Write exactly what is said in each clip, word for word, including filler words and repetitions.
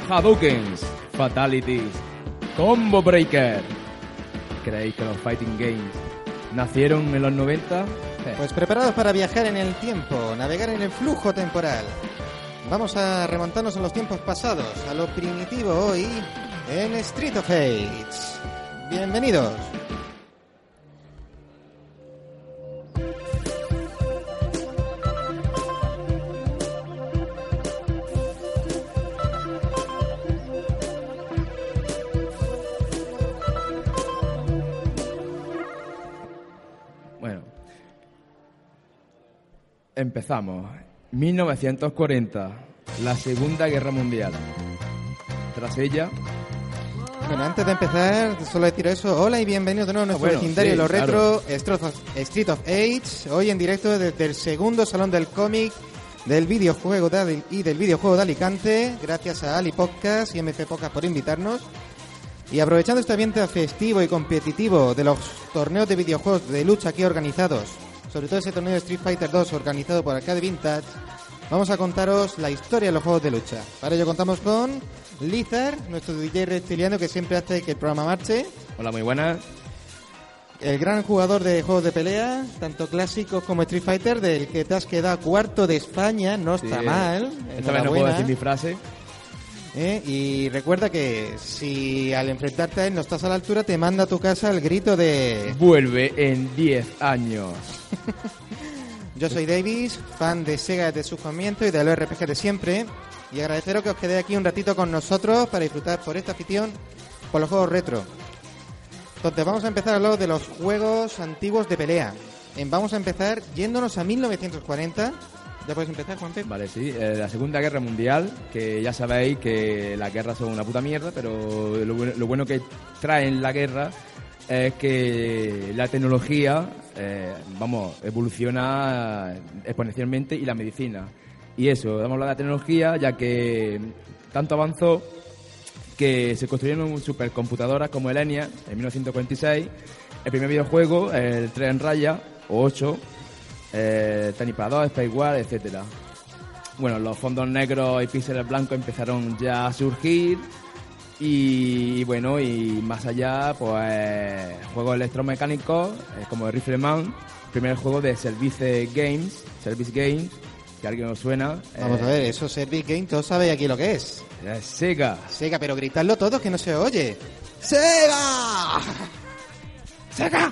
Hadoukens, Fatalities, Combo Breaker. ¿Creéis que los Fighting Games nacieron en los noventa? Eh. Pues preparados para viajar en el tiempo, navegar en el flujo temporal. Vamos a remontarnos a los tiempos pasados, a lo primitivo hoy en Street of Rage. Bienvenidos. Bueno, empezamos. mil novecientos cuarenta, la Segunda Guerra Mundial. Tras ella... Bueno, antes de empezar, solo decir eso. Hola y bienvenidos de nuevo a nuestro Ah, bueno, legendario sí, Lo Retro, claro. Street of, Street of Rage. Hoy en directo desde el segundo Salón del Cómic del videojuego de, y del videojuego de Alicante. Gracias a Ali Podcast y M F Podcast por invitarnos. Y aprovechando este ambiente festivo y competitivo de los torneos de videojuegos de lucha aquí organizados, sobre todo ese torneo de Street Fighter dos organizado por Arcade Vintage, vamos a contaros la historia de los juegos de lucha. Para ello contamos con Lizard, nuestro D J reptiliano que siempre hace que el programa marche. Hola, muy buenas. El gran jugador de juegos de pelea, tanto clásicos como Street Fighter, del que te has quedado cuarto de España, no está Sí, mal. Esta vez no puedo decir mi frase. ¿Eh? Y recuerda que si al enfrentarte a él no estás a la altura, te manda a tu casa el grito de... Vuelve en diez años. Yo soy Davis, fan de Sega desde su comienzo y de los R P G de siempre. Y agradeceros que os quedéis aquí un ratito con nosotros para disfrutar por esta afición por los juegos retro. Entonces vamos a empezar a hablar de los juegos antiguos de pelea. Eh, Vamos a empezar yéndonos a mil novecientos cuarenta. ¿Ya puedes empezar, Juanpe? Vale, sí, eh, la Segunda Guerra Mundial, que ya sabéis que las guerras son una puta mierda, pero lo, bueno- lo bueno que traen la guerra es que la tecnología, eh, vamos, evoluciona exponencialmente y la medicina. Y eso, vamos a hablar de la tecnología, ya que tanto avanzó que se construyeron supercomputadoras como el ENIAC en mil novecientos cuarenta y seis, el primer videojuego, el tres en raya, o ocho, eh, Tenis para dos, Space War, etcétera. Bueno, los fondos negros y píxeles blancos empezaron ya a surgir y bueno, y más allá, pues juegos electromecánicos eh, como el Rifleman, primer juego de Service Games, Service Games, que a alguien os suena. Vamos eh, a ver, eso Service Game, todos sabéis aquí lo que es. eh, Sega. Sega, pero gritadlo todos que no se oye. ¡Sega! ¡Sega!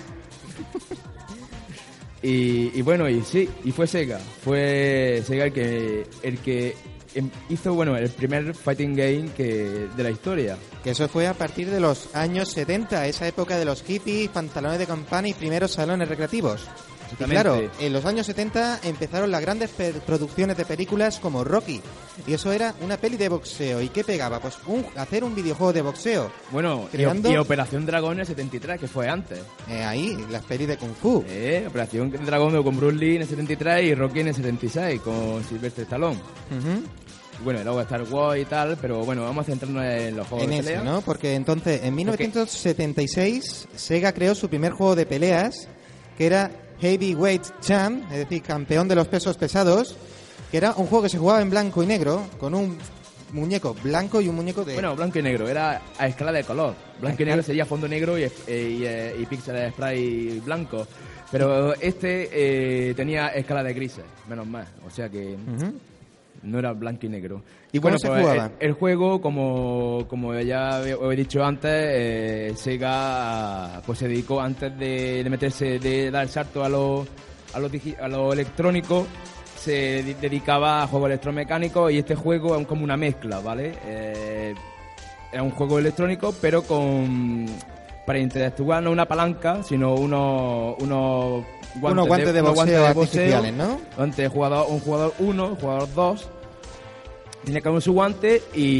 Y, y bueno, y sí, y fue Sega. Fue Sega el que el que em- hizo, bueno, el primer fighting game que de la historia. Que eso fue a partir de los años setenta, esa época de los hippies, pantalones de campana y primeros salones recreativos. Y Exactamente. claro, en los años setenta empezaron las grandes per- producciones de películas como Rocky. Y eso era una peli de boxeo. ¿Y qué pegaba? Pues un, hacer un videojuego de boxeo. Bueno, y- Creando- y, Operación Dragón en el setenta y tres, que fue antes. Eh, ahí, las pelis de Kung Fu. Eh, Operación Dragón con Bruce Lee en el setenta y tres y Rocky en el setenta y seis con Sylvester Stallone. Ujú. Y bueno, y luego Star Wars y tal, pero bueno, vamos a centrarnos en los juegos En de ese, pelea. ¿no? Porque entonces, en mil novecientos setenta y seis, Sega creó su primer juego de peleas, que era Heavyweight Champ, es decir, campeón de los pesos pesados, que era un juego que se jugaba en blanco y negro, con un muñeco blanco y un muñeco de... Bueno, blanco y negro, era a escala de color. Blanco y negro sería fondo negro y, eh, y, eh, y píxeles de spray blanco. Pero este eh, tenía escala de grises, menos mal. O sea que Ujú. no era blanco y negro. ¿Y bueno, cómo se pues, jugaba? El, el juego, como, como ya os he dicho antes, eh, Sega pues se dedicó antes de, de meterse, de dar el salto a lo, a lo, digi- a lo electrónico, se di- dedicaba a juegos electromecánicos y este juego es como una mezcla, ¿vale? Eh, era un juego electrónico, pero con para interactuar no una palanca, sino unos unos guantes, Unos guantes de unos boxeo guantes de artificiales, ¿no? Antes jugador, un jugador uno, un jugador dos, tenía cada uno su guante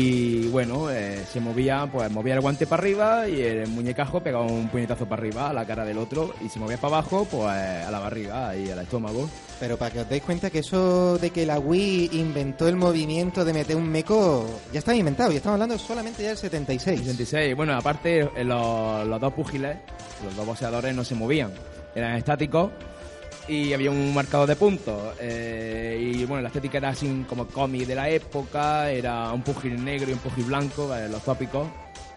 y bueno, eh, se movía, pues movía el guante para arriba y el muñecajo pegaba un puñetazo para arriba a la cara del otro y se movía para abajo, pues a la barriga y al estómago. Pero para que os deis cuenta que eso de que la Wii inventó el movimiento de meter un meco, ya estaba inventado, y estamos hablando solamente ya del setenta y seis. setenta y seis. Bueno, aparte eh, los, los dos púgiles, los dos boxeadores no se movían, eran estáticos y había un marcador de puntos. Eh, y bueno, la estética era así como cómic de la época, era un pugil negro y un pugil blanco, eh, los tópicos.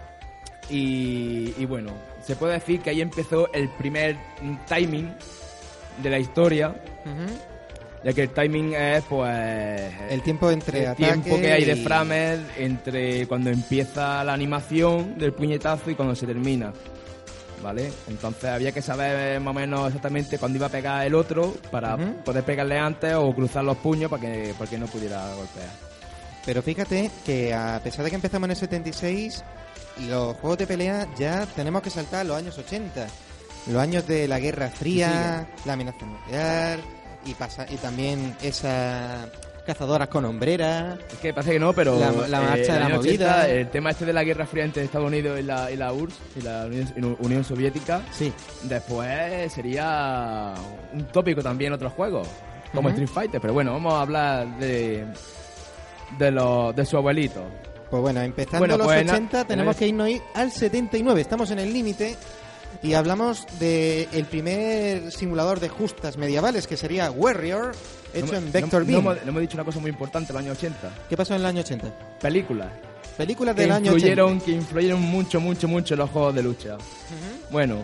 Y, y bueno, se puede decir que ahí empezó el primer timing de la historia. Uh-huh. Ya que el timing es, pues... El tiempo entre el ataque tiempo que hay de y... frames entre cuando empieza la animación del puñetazo y cuando se termina, ¿vale? Entonces había que saber más o menos exactamente cuándo iba a pegar el otro para uh-huh. poder pegarle antes o cruzar los puños para que, para que no pudiera golpear. Pero fíjate que a pesar de que empezamos en el setenta y seis, los juegos de pelea ya tenemos que saltar a los años ochenta. Los años de la Guerra Fría, la amenaza nuclear... Y pasa y también esas cazadoras con hombreras. Es que parece que no, pero la, la marcha eh, de la movida. ochenta, el tema este de la Guerra Fría entre Estados Unidos y la, y la U R S S y la Unión, Unión Soviética. Sí. Después sería un tópico también en otros juegos, como uh-huh. Street Fighter. Pero bueno, vamos a hablar de de los de su abuelito. Pues bueno, empezando bueno, los pues ochenta, na- tenemos que irnos al setenta y nueve. Estamos en el límite. Y hablamos de el primer simulador de justas medievales, que sería Warrior, hecho no, en Vector no, Beam. No, no hemos dicho una cosa muy importante en los años ochenta. ¿Qué pasó en el año ochenta? Películas. Películas que del año influyeron, ochenta. Que influyeron mucho, mucho, mucho en los juegos de lucha. Uh-huh. Bueno,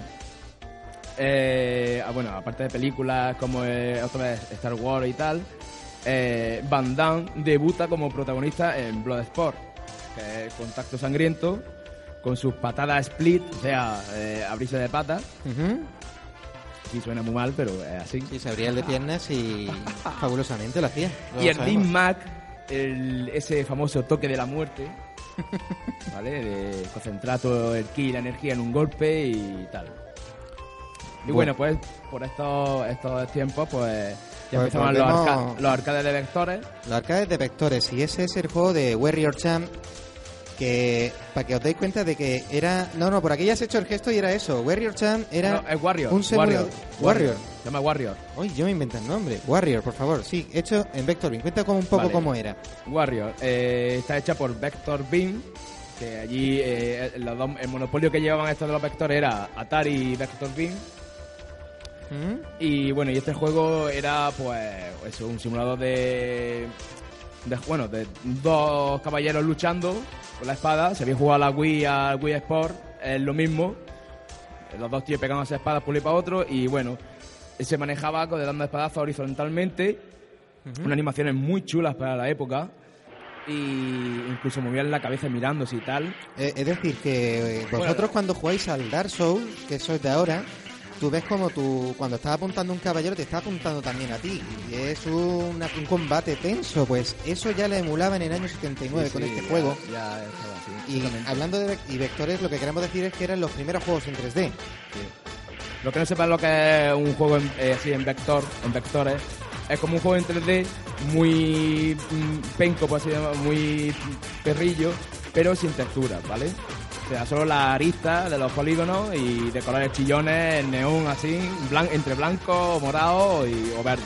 eh, bueno, aparte de películas como eh, otra vez Star Wars y tal, eh, Van Damme debuta como protagonista en Bloodsport, que es Contacto Sangriento, con sus patadas split, o sea, eh, abrirse de patas. Uh-huh. Sí, suena muy mal, pero es así. Sí, se abría el de piernas y fabulosamente lo hacía. Lo y el sabemos. Big Mac, el, ese famoso toque de la muerte, ¿vale? De concentrar todo el ki y la energía en un golpe y tal. Y bueno, bueno pues por estos, estos tiempos, pues ya pues empezaban los, volvemos... arca- los arcades de vectores. Los arcades de vectores, y ese es el juego de Warrior Champ. Que para que os deis cuenta de que era... No, no, por aquí ya has hecho el gesto y era eso. Warrior Champ era... No, es Warrior. Un simulador... Warrior. Warrior. Warrior. Se llama Warrior. Uy, yo me inventé el nombre. Warrior, por favor. Sí, hecho en Vector Beam. Cuenta como un poco Vale. cómo era. Warrior. Eh, está hecha por Vector Beam, que allí eh, los dos, el monopolio que llevaban estos de los vectores era Atari y Vector Beam. ¿Mm? Y bueno, y este juego era pues eso, un simulador de... De, bueno, de dos caballeros luchando con la espada. Se había jugado a la Wii, al Wii Sport, es lo mismo. Los dos tíos pegaban esas espadas por un y para otro. Y bueno, se manejaba con dando espadazos horizontalmente. Uh-huh. Unas animaciones muy chulas para la época. Y incluso movían la cabeza mirándose y tal. Eh, es decir, que eh, vosotros bueno, cuando jugáis al Dark Souls, que eso es de ahora, tú ves como tú, cuando estás apuntando a un caballero, te está apuntando también a ti. Y es un, un combate tenso. Pues eso ya lo emulaba en el año setenta y nueve sí, con sí, este ya, juego. Ya estaba así. Y hablando de y vectores, lo que queremos decir es que eran los primeros juegos en tres D. Sí. Lo que no sepan lo que es un juego en, eh, así en vector, en vectores, es como un juego en tres D muy mm, penco, por así decirlo, muy perrillo, pero sin textura, ¿vale? O sea, solo la arista de los polígonos y de colores chillones, neón así, blan- entre blanco, morado y, o verde.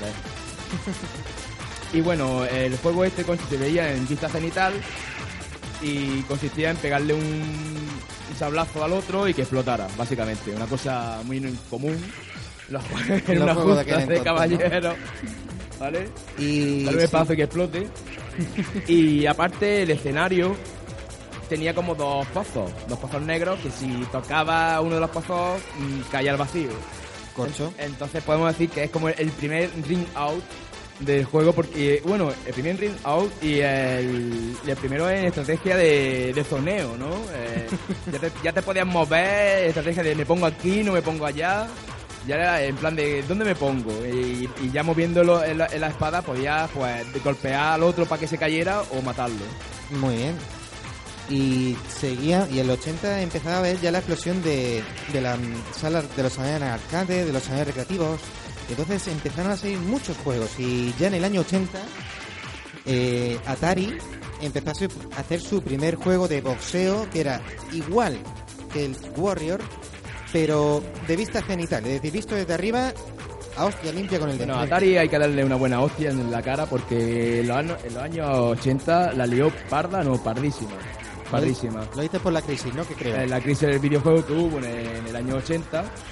Y bueno, el juego este consistía en vista cenital y consistía en pegarle un, un sablazo al otro y que explotara, básicamente. Una cosa muy común los, en una justa de, de caballeros, ¿no? ¿Vale? Y darle un espacio y que explote. Y aparte el escenario tenía como dos pozos, dos pozos negros que si tocaba uno de los pozos mmm, caía al vacío. Corcho. Entonces podemos decir que es como el primer ring out del juego, porque bueno, el primer ring out y el, y el primero en estrategia de, de zoneo, ¿no? Eh, ya, te, ya te podías mover, estrategia de me pongo aquí, no me pongo allá. Ya era en plan de ¿dónde me pongo? Y, y ya moviéndolo en la, en la espada podías pues golpear al otro para que se cayera o matarlo. Muy bien. Y seguía, y en el ochenta empezaba a ver ya la explosión de, de las salas, de los salones arcade, de los salones recreativos. Entonces empezaron a salir muchos juegos y ya en el año ochenta eh, Atari empezó a hacer su primer juego de boxeo que era igual que el Warrior, pero de vista genital, es decir, visto desde arriba a hostia limpia con el dedo. Bueno, a Atari hay que darle una buena hostia en la cara porque en los, años, en los años ochenta la lió parda, no, pardísima. Pardísima. Lo dices por la crisis, ¿no? Que creo. La crisis del videojuego que hubo en el, en el año ochenta.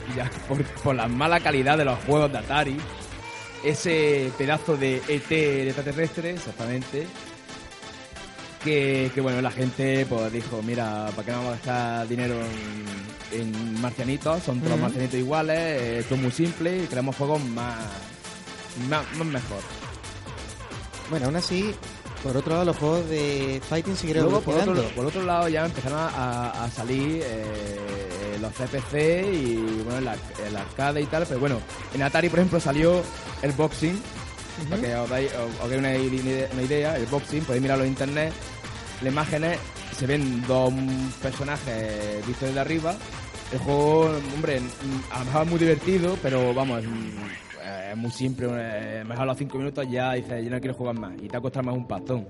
y ya por, por la mala calidad de los juegos de Atari, ese pedazo de E T de extraterrestre, exactamente, que, que bueno, la gente pues dijo, mira, ¿para qué no vamos a gastar dinero en, en marcianitos? Son todos uh-huh. marcianitos iguales, eh, esto es muy simple y queremos juegos más, más, más mejor. Bueno, aún así, por otro lado, los juegos de fighting siguieron evolucionando. Por otro, por otro lado, ya empezaron a, a salir eh, los C P C y bueno, el, el arcade y tal, pero bueno, en Atari, por ejemplo, salió el boxing, uh-huh. para que os dais os, os una, una idea, el boxing, podéis mirarlo en internet, las imágenes, se ven dos personajes vistos desde arriba. El juego, hombre, a lo mejor es muy divertido, pero vamos, es muy simple. Eh, mejor a los cinco minutos ya dices, yo no quiero jugar más, y te va a costar más un pastón.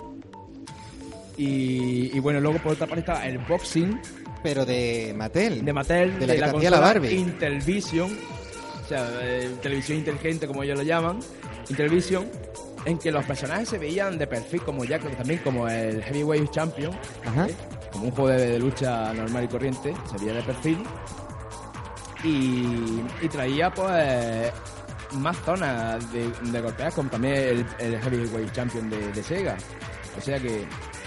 Y, y bueno, luego por otra parte está el boxing, pero de Mattel, de Mattel, de la, de la consola la Barbie. Intellivision, o sea, eh, televisión inteligente como ellos lo llaman, Intellivision, en que los personajes se veían de perfil, como ya también como el Heavyweight Champion, ¿eh? Como un juego de, de lucha normal y corriente, se veía de perfil y, y traía pues más zonas de, de golpear, como también el, el Heavyweight Champion de, de Sega, o sea que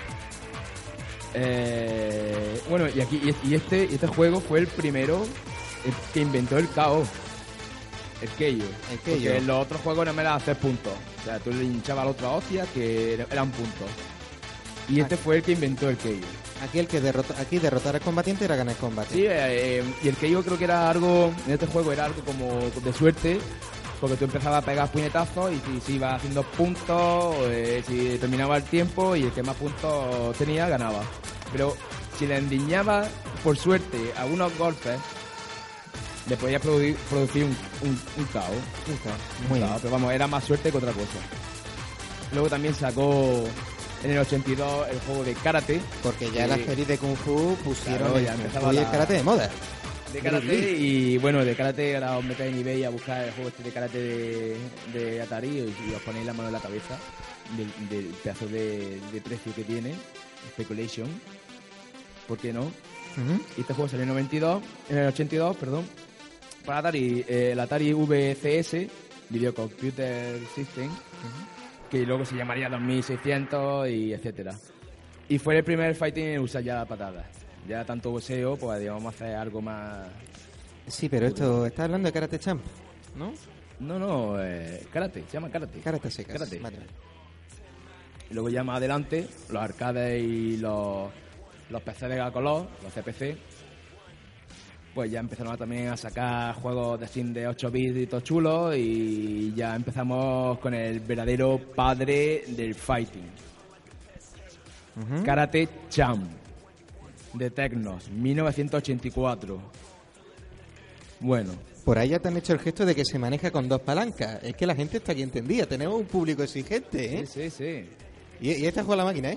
eh, bueno, y aquí y este y este juego fue el primero el que inventó el K O, el Keio, el Keio. Porque en los otros juegos no me era hacer puntos, o sea, tú le hinchabas a la otra hostia que eran puntos, y este aquí fue el que inventó el Keio. Aquí el que derrota, aquí derrotar al combatiente era ganar el combate. Sí, eh, y el Keio creo que era algo, en este juego era algo como de suerte, porque tú empezabas a pegar puñetazos y si, si ibas haciendo puntos, eh, si terminaba el tiempo y el que más puntos tenía ganaba. Pero si le endiñabas por suerte algunos golpes, le podías producir, producir un, un, un K O. Un K O. Muy bien. Pero vamos, era más suerte que otra cosa. Luego también sacó en el ochenta y dos el juego de karate. Porque ya en las series de Kung Fu pusieron claro, el, ya el, el karate de moda. De karate y bueno, de karate ahora os metéis en eBay a buscar el juego este de karate de, de Atari y, y os ponéis la mano en la cabeza del, del pedazo de, de precio que tiene, Speculation, ¿por qué no? Uh-huh. Y este juego salió en el noventa y dos, en el ochenta y dos, perdón, para Atari, eh, el Atari V C S, Video Computer System, uh-huh. que luego se llamaría dos mil seiscientos y etcétera. Y fue el primer fighting en usar ya la patada. Ya tanto boxeo, pues digamos, vamos a hacer algo más... Sí, pero esto, estás hablando de Karate Champ, ¿no? No, no, eh, karate, se llama karate. Karate secas. Karate. Vale. Y luego ya más adelante, los arcades y los, los P C de color, los C P C, pues ya empezaron también a sacar juegos de Steam de ocho bits y todo chulos, y ya empezamos con el verdadero padre del fighting. Uh-huh. Karate Champ, de Tecnos, mil novecientos ochenta y cuatro. Bueno. Por ahí ya te han hecho el gesto de que se maneja con dos palancas. Es que la gente está aquí entendida. Tenemos un público exigente, ¿eh? Sí, sí, sí. Y, y esta juega la máquina, ¿eh?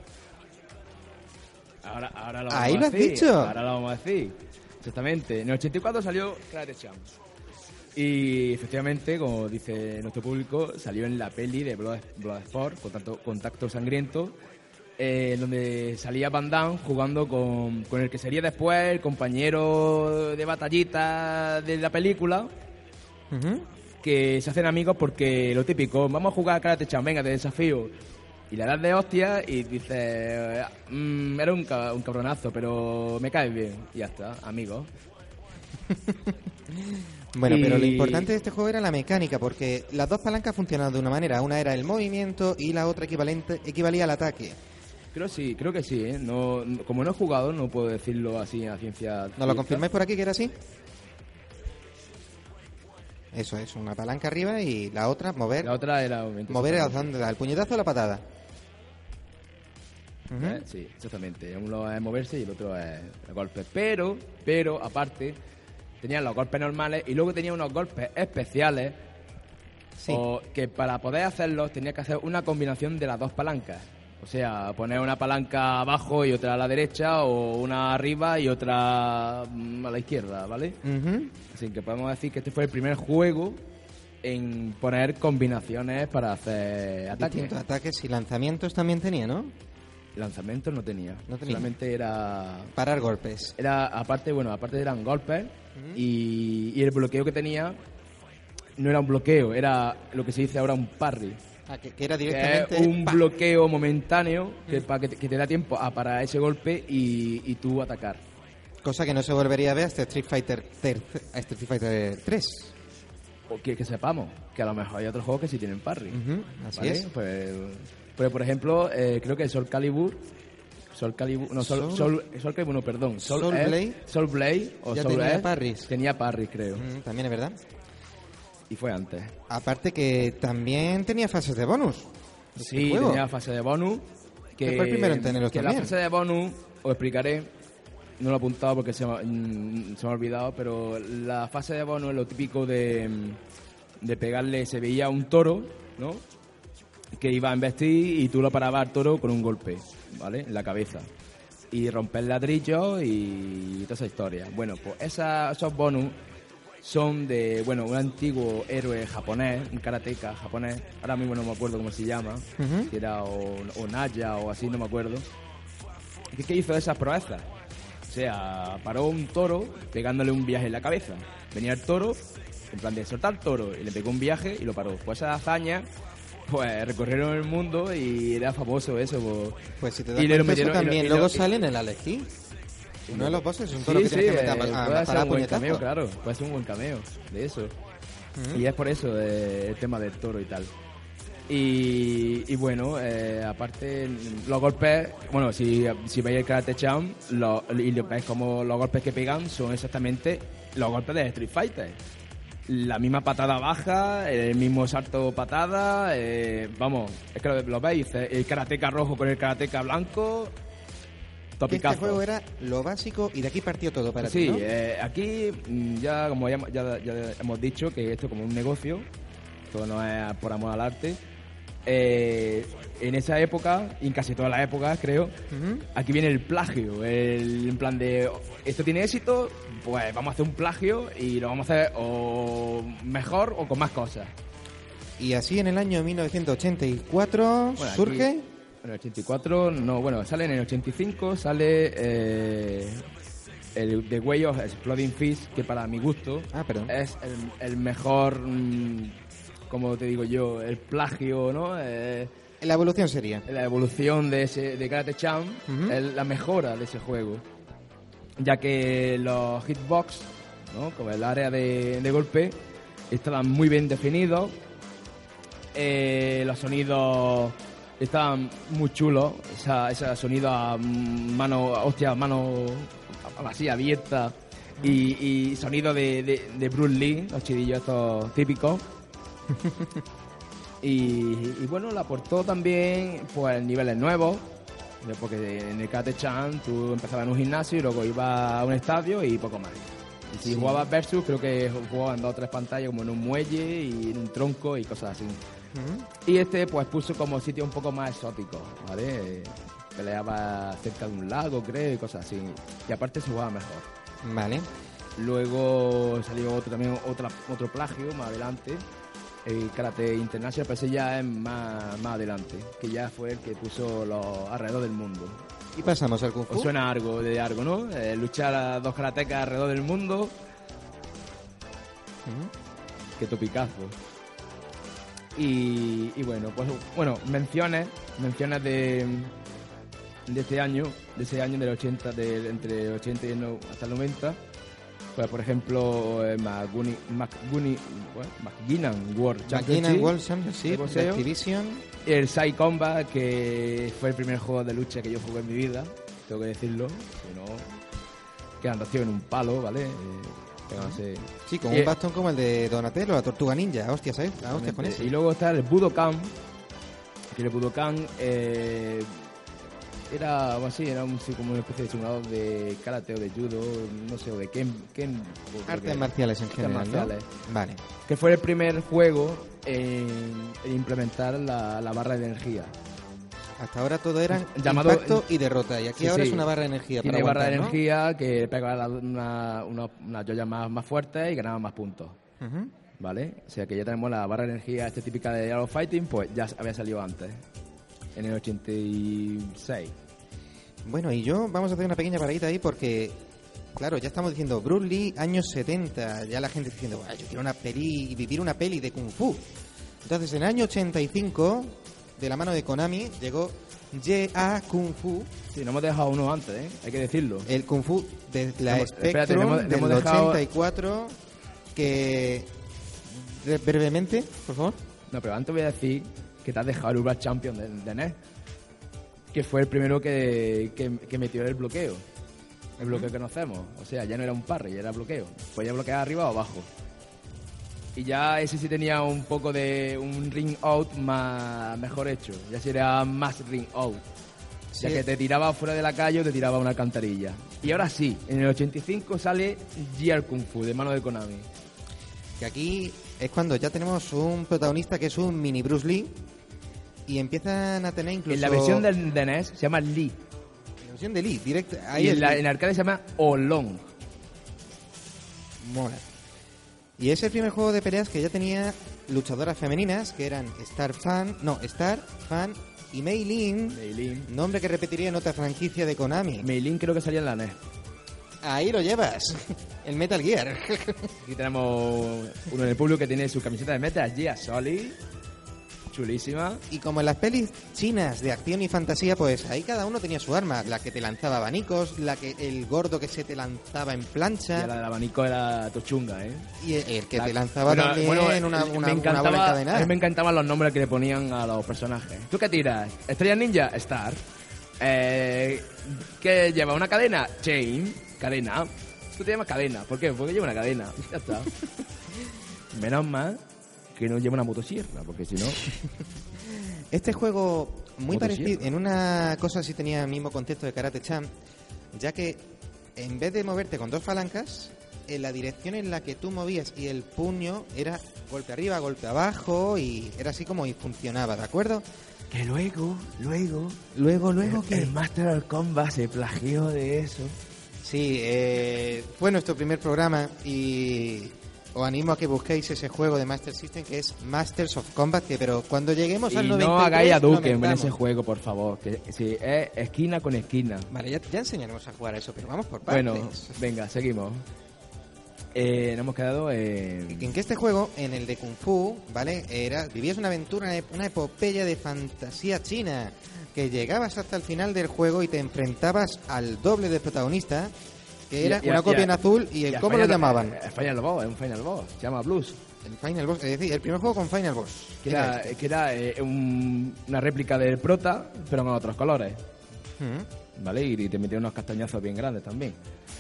Ahora, ahora lo ahí vamos lo a has decir. dicho. Ahora lo vamos a decir. Exactamente. En el ochenta y cuatro salió Karate Champ. Y efectivamente, como dice nuestro público, salió en la peli de Blood, Bloodsport, Contacto, Contacto Sangriento, eh, donde salía Van Damme jugando con, con el que sería después el compañero de batallita de la película, uh-huh. que se hacen amigos porque lo típico, vamos a jugar a Karate Champ, venga, te desafío. Y le das de hostia y dices, mmm, era un, ca- un cabronazo, pero me caes bien. Y ya está, amigos. Bueno, y... pero lo importante de este juego era la mecánica, porque las dos palancas funcionaban de una manera. Una era el movimiento y la otra equivalente equivalía al ataque. Creo sí, creo que sí, ¿eh? No, como no he jugado, no puedo decirlo así a ciencia. ¿Nos lo confirmáis por aquí que era así? Eso es, una palanca arriba y la otra, mover. La otra era... Mover el puñetazo o la patada. Uh-huh. ¿Eh? Sí, exactamente. Uno es moverse y el otro es el golpe. Pero, pero, aparte, tenían los golpes normales y luego tenía unos golpes especiales, sí. O que para poder hacerlos tenía que hacer una combinación de las dos palancas. O sea, poner una palanca abajo y otra a la derecha, o una arriba y otra a la izquierda, ¿vale? Uh-huh. Así que podemos decir que este fue el primer juego en poner combinaciones para hacer ataques. Distintos ataques y lanzamientos también tenía, ¿no? lanzamientos no tenía. No tenía. Solamente era... Parar golpes. Era, aparte, bueno, aparte eran golpes uh-huh. y, y el bloqueo que tenía no era un bloqueo, era lo que se dice ahora un parry. Ah, que, que era directamente... Que es un ¡pah! bloqueo momentáneo que, uh-huh. para que, te, que te da tiempo a parar ese golpe y, y tú atacar. Cosa que no se volvería a ver hasta Street Fighter, ter, Street Fighter tres. O que, que sepamos que a lo mejor hay otros juegos que sí tienen parry. Uh-huh. Así ¿vale? es. Pues, pues, por ejemplo, eh, creo que Soul Calibur... Soul Calibur... No, Soul, Soul, Soul, Soul Calibur, no, perdón. Soul, Soul F, Blade. Soul Blade o ya Soul tenía F, parries. Tenía parries, creo. Uh-huh. También es verdad. Y fue antes. Aparte que también tenía fases de bonus. Sí, juego. tenía fase de bonus. Que, que fue el primero en tenerlos que también. La fase de bonus, os explicaré, no lo he apuntado porque se me, mm, se me ha olvidado, pero la fase de bonus es lo típico de, de pegarle, se veía un toro, ¿no? Que iba a embestir y tú lo parabas al toro con un golpe, ¿vale? En la cabeza. Y romper ladrillos y toda esa historia. Bueno, pues esa, esos bonus son de, bueno, un antiguo héroe japonés, un karateka japonés, ahora mismo no me acuerdo cómo se llama, uh-huh. que era o, o Naya o así, no me acuerdo, que, que hizo esas proezas. O sea, paró un toro pegándole un viaje en la cabeza. Venía el toro, en plan de soltar el toro, y le pegó un viaje y lo paró. Pues esa hazaña, pues recorrieron el mundo y era famoso eso. Pues, pues si te das cuenta, eso también y lo, luego y, sale en el Alejí. Uno de los bosses es un toro sí, que sí, tienes que meter eh, a, a, puede a ser un buen puñetazo. cameo, claro, puede ser un buen cameo de eso. Uh-huh. Y es por eso eh, el tema del toro y tal. Y, y bueno, eh, aparte los golpes, bueno, si, si veis el Karate Champ lo, y lo veis como los golpes que pegan son exactamente los golpes de Street Fighter. La misma patada baja, el mismo salto patada, eh, vamos, es que lo, lo veis, el karateka rojo con el karateka blanco. Topicazo. Este juego era lo básico y de aquí partió todo para sí, ti, ¿no? Sí, eh, aquí ya como ya, ya, ya hemos dicho que esto es como un negocio, todo no es por amor al arte. Eh, en esa época, y en casi todas las épocas creo, uh-huh. aquí viene el plagio, el, en plan de esto tiene éxito, pues vamos a hacer un plagio y lo vamos a hacer o mejor o con más cosas. Y así en el año mil novecientos ochenta y cuatro bueno, surge... Aquí, en el ochenta y cuatro, no, bueno, sale en el ochenta y cinco, sale eh, el The Way of Exploding Fist, que para mi gusto ah, perdón. es el, el mejor, mmm, como te digo yo, el plagio, ¿no? Eh, la evolución sería. La evolución de ese de Karate Champ, uh-huh. es la mejora de ese juego, ya que los hitbox, ¿no? Como el área de, de golpe, estaban muy bien definidos, eh, los sonidos... Estaban muy chulos, esa, ese sonido a mano, hostia, mano así abierta y, y sonido de, de, de Bruce Lee, los chidillos estos típicos. y, y bueno, le aportó también pues niveles nuevos, porque en el Karate Champ tú empezabas en un gimnasio y luego ibas a un estadio y poco más. Y si sí. jugabas versus, creo que jugaban dos o tres pantallas como en un muelle y en un tronco y cosas así. Uh-huh. Y este pues puso como sitio un poco más exótico, ¿vale? Peleaba cerca de un lago, creo, y cosas así. Y aparte se jugaba mejor. Vale. Luego salió otro también otra, otro plagio más adelante, el Karate International, pero ese ya es más, más adelante, que ya fue el que puso los alrededor del mundo. Y pasamos al Kung Fu. Os suena algo de algo, ¿no? Eh, luchar a dos karatecas alrededor del mundo. Uh-huh. Qué topicazo. Y, y bueno, pues bueno, menciones, menciones de, de este año, de ese año del ochenta, de, entre el ochenta y el no, hasta el noventa. Pues por ejemplo, eh, McGuinan World Championship, McGuinan World Championship de Activision. El Sai Combat, que fue el primer juego de lucha que yo jugué en mi vida, tengo que decirlo, si no, que han nacido en un palo, ¿vale? Eh, No sé. Sí, con y un bastón como el de Donatello, la Tortuga Ninja, hostias, ¿sabes? A hostias con eso. Y luego está el Budokan, que el Budokan eh, era algo así, era un, sí, como una especie de simulador de karate o de judo, no sé, o de ken, ken artes marciales en general, marciales, ¿no? Vale. Que fue el primer juego en, en implementar la, la barra de energía. Hasta ahora todo eran llamado, impacto y derrota, y aquí sí, ahora sí. es una barra de energía. Tiene para aguantar, barra de ¿no? energía que pega una, una, una joya más, más fuerte y ganaba más puntos. Uh-huh. ¿Vale? O sea que ya tenemos la barra de energía este típica de Art of Fighting, pues ya había salido antes, en el ochenta y seis. Bueno, y yo vamos a hacer una pequeña paradita ahí porque, claro, ya estamos diciendo Bruce Lee, años setenta, ya la gente diciendo, yo quiero una peli, vivir una peli de Kung Fu. Entonces, en el año ochenta y cinco, de la mano de Konami, llegó Ye-A Kung Fu. Sí, no hemos dejado uno antes, ¿eh? Hay que decirlo. El Kung Fu de la hemos, Spectrum espérate, hemos, del hemos dejado... ochenta y cuatro, que... brevemente, por favor. No, pero antes voy a decir que te has dejado el Urban Champion de, de N E S, que fue el primero que, que, que metió el bloqueo. El bloqueo que conocemos. O sea, ya no era un parry, ya era bloqueo. Podía bloquear arriba o abajo. Y ya ese sí tenía un poco de un ring out más mejor hecho. Ya sería más ring out. Sí. Ya que te tiraba fuera de la calle o te tiraba una alcantarilla. Y ahora sí, en el ochenta y cinco sale Gear Kung Fu, de mano de Konami. Que aquí es cuando ya tenemos un protagonista que es un mini Bruce Lee. Y empiezan a tener incluso... En la versión de, de N E S se llama Lee. En la versión de Lee, directo. Ahí y en, la, en arcade se llama Olong. Mola. Y es el primer juego de peleas que ya tenía luchadoras femeninas, que eran Star Fan, no, Star, Fan y Mei Lin. Mei Lin. Nombre que repetiría en otra franquicia de Konami. Mei Lin creo que salía en la N E S. Ahí lo llevas, el Metal Gear. Aquí tenemos uno en el público que tiene su camiseta de Metal Gear Solid. Chulísima. Y como en las pelis chinas de acción y fantasía, pues ahí cada uno tenía su arma. La que te lanzaba abanicos, la que el gordo que se te lanzaba en plancha. Y la del abanico era tochunga, ¿eh? Y el, el que la, te lanzaba bueno, también bueno, en una, una, me una bola encadenada. A mí me encantaban los nombres que le ponían a los personajes. ¿Tú qué tiras? ¿Estrella Ninja? Star. Eh, ¿Qué lleva? ¿Una cadena? Chain. Cadena. Tú te llamas cadena. ¿Por qué? Porque lleva una cadena. Ya está. Menos mal que no lleva una motosierra, porque si no... Este juego, muy parecido, en una cosa sí tenía el mismo concepto de Karate Champ, ya que en vez de moverte con dos palancas, en la dirección en la que tú movías y el puño era golpe arriba, golpe abajo, y era así como y funcionaba, ¿de acuerdo? Que luego, luego... Luego, luego, el, ¿qué? El Master of Combat se plagió de eso. Sí, eh, fue nuestro primer programa y... os animo a que busquéis ese juego de Master System que es Masters of Combat, que, pero cuando lleguemos al noventa y tres... Y no hagáis a Duke en ese juego, por favor, que sí, es esquina con esquina. Vale, ya, ya enseñaremos a jugar a eso, pero vamos por partes. Bueno, venga, seguimos. Eh, nos hemos quedado en... En que este juego, en el de Kung Fu, ¿vale? Era, vivías una aventura, una epopeya de fantasía china, que llegabas hasta el final del juego y te enfrentabas al doble del protagonista... que era y, y, una copia y, en azul y, y ¿cómo Final, lo llamaban? El Final Boss, es un Final Boss, se llama Blues. El Final Boss, es decir, el primer juego con Final Boss. Que era, que era eh, un, una réplica del prota, pero con otros colores. Uh-huh. ¿Vale? Y, y te metía unos castañazos bien grandes también.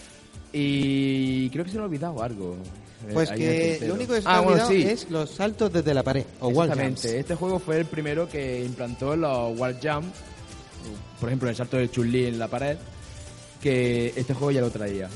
Y creo que se me ha olvidado algo. Pues que lo único que se me ah, ha olvidado bueno, sí. es los saltos desde la pared, o wall jumps. Exactamente, este juego fue el primero que implantó los wall jumps. Por ejemplo, el salto de Chun-Li en la pared. Que este juego ya lo traía.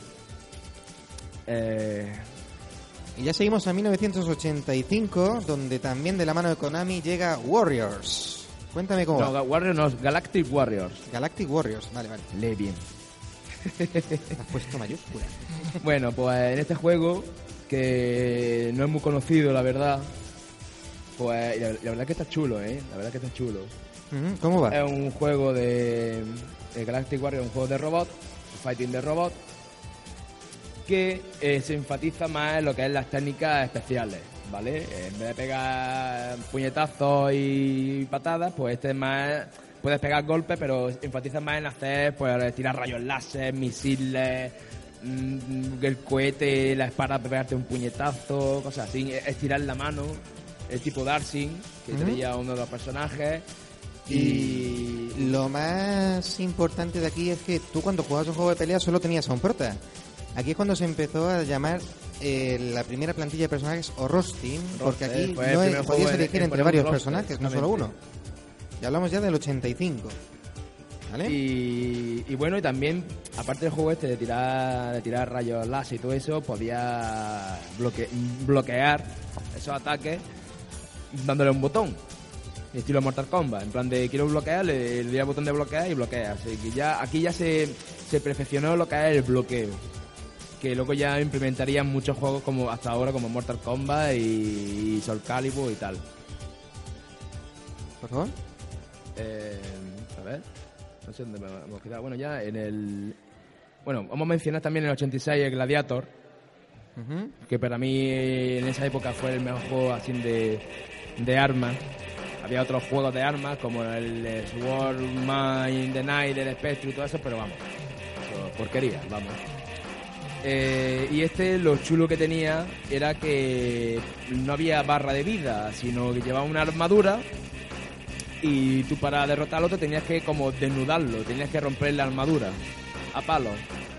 Eh... Y ya seguimos a mil novecientos ochenta y cinco, donde también de la mano de Konami llega Warriors. Cuéntame cómo no, va. Warriors no, Galactic Warriors. Galactic Warriors, vale, vale. Lee bien. Has puesto mayúscula. Bueno, pues en este juego, que no es muy conocido, la verdad, pues la, la verdad que está chulo, ¿eh? La verdad que está chulo. Uh-huh. ¿Cómo va? Es un juego de... El Galactic Warrior es un juego de robot, fighting de robot, que eh, se enfatiza más en lo que es las técnicas especiales, ¿vale? En vez de pegar puñetazos y patadas, pues este es más... Puedes pegar golpes, pero enfatiza más en hacer, pues, tirar rayos láser, misiles, mmm, el cohete, la espada para pegarte un puñetazo, cosas así, estirar la mano, el tipo Dancing, que uh-huh. tenía uno de los personajes. Y lo más importante de aquí es que tú cuando jugabas un juego de pelea solo tenías a un prota. Aquí es cuando se empezó a llamar eh, la primera plantilla de personajes o roster, porque aquí pues no es, podías elegir entre varios roster, personajes, no solo uno. Ya hablamos ya del ochenta y cinco. ¿Vale? Y, y bueno, y también, aparte del juego este de tirar de tirar rayos láser y todo eso, podía bloque, bloquear esos ataques dándole un botón. Estilo Mortal Kombat, en plan de quiero bloquear, le, le doy al botón de bloquear y bloquea. Así que ya aquí ya se, se perfeccionó lo que es el bloqueo, que luego ya implementarían muchos juegos como hasta ahora, como Mortal Kombat y, y Soul Calibur y tal. ¿Por favor? Eh, a ver. No sé dónde me hemos quedado. Bueno, ya en el... Bueno, vamos a mencionar también en el ochenta y seis el Gladiator, uh-huh. que para mí en esa época fue el mejor juego así de, de armas. Había otros juegos de armas como el Sword Mine, The Night, el Spectre y todo eso, pero vamos, eso, porquería, vamos. Eh, y este, lo chulo que tenía era que no había barra de vida, sino que llevaba una armadura y tú para derrotarlo te tenías que como desnudarlo, tenías que romper la armadura a palos.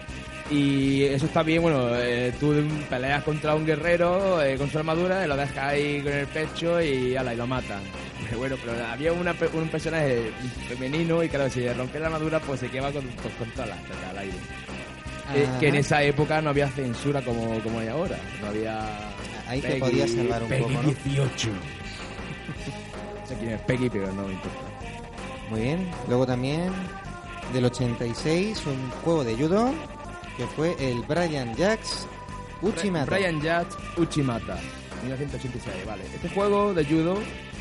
Y eso está bien, bueno, eh, tú peleas contra un guerrero eh, con su armadura y lo dejas ahí con el pecho y, ala, y lo matan. Pero bueno, pero había una, un personaje femenino y claro, si rompía la armadura pues se quedaba con, con, con todas las tetas al aire. Eh, que en esa época no había censura como, como hay ahora. No había... Ahí Peggy, te podías salvar un Peggy poco, ¿no? dieciocho. No sé quién es Peggy, pero no me importa. Muy bien. Luego también, del ochenta y seis, un juego de judo que fue el Brian Jacks Uchimata. Brian Jacks Uchimata, mil novecientos ochenta y seis, vale. Este juego de judo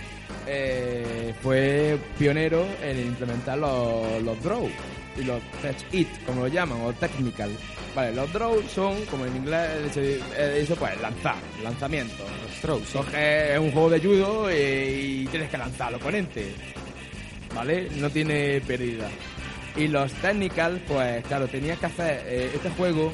eh, fue pionero en implementar los, los draw y los touch it, como lo llaman, o technical. Vale, los draw son, como en inglés, eso pues, lanzar, lanzamiento. Los throws, sí. Es un juego de judo y, y tienes que lanzar al oponente, ¿vale? No tiene pérdida. Y los technical, pues claro, tenías que hacer... Eh, este juego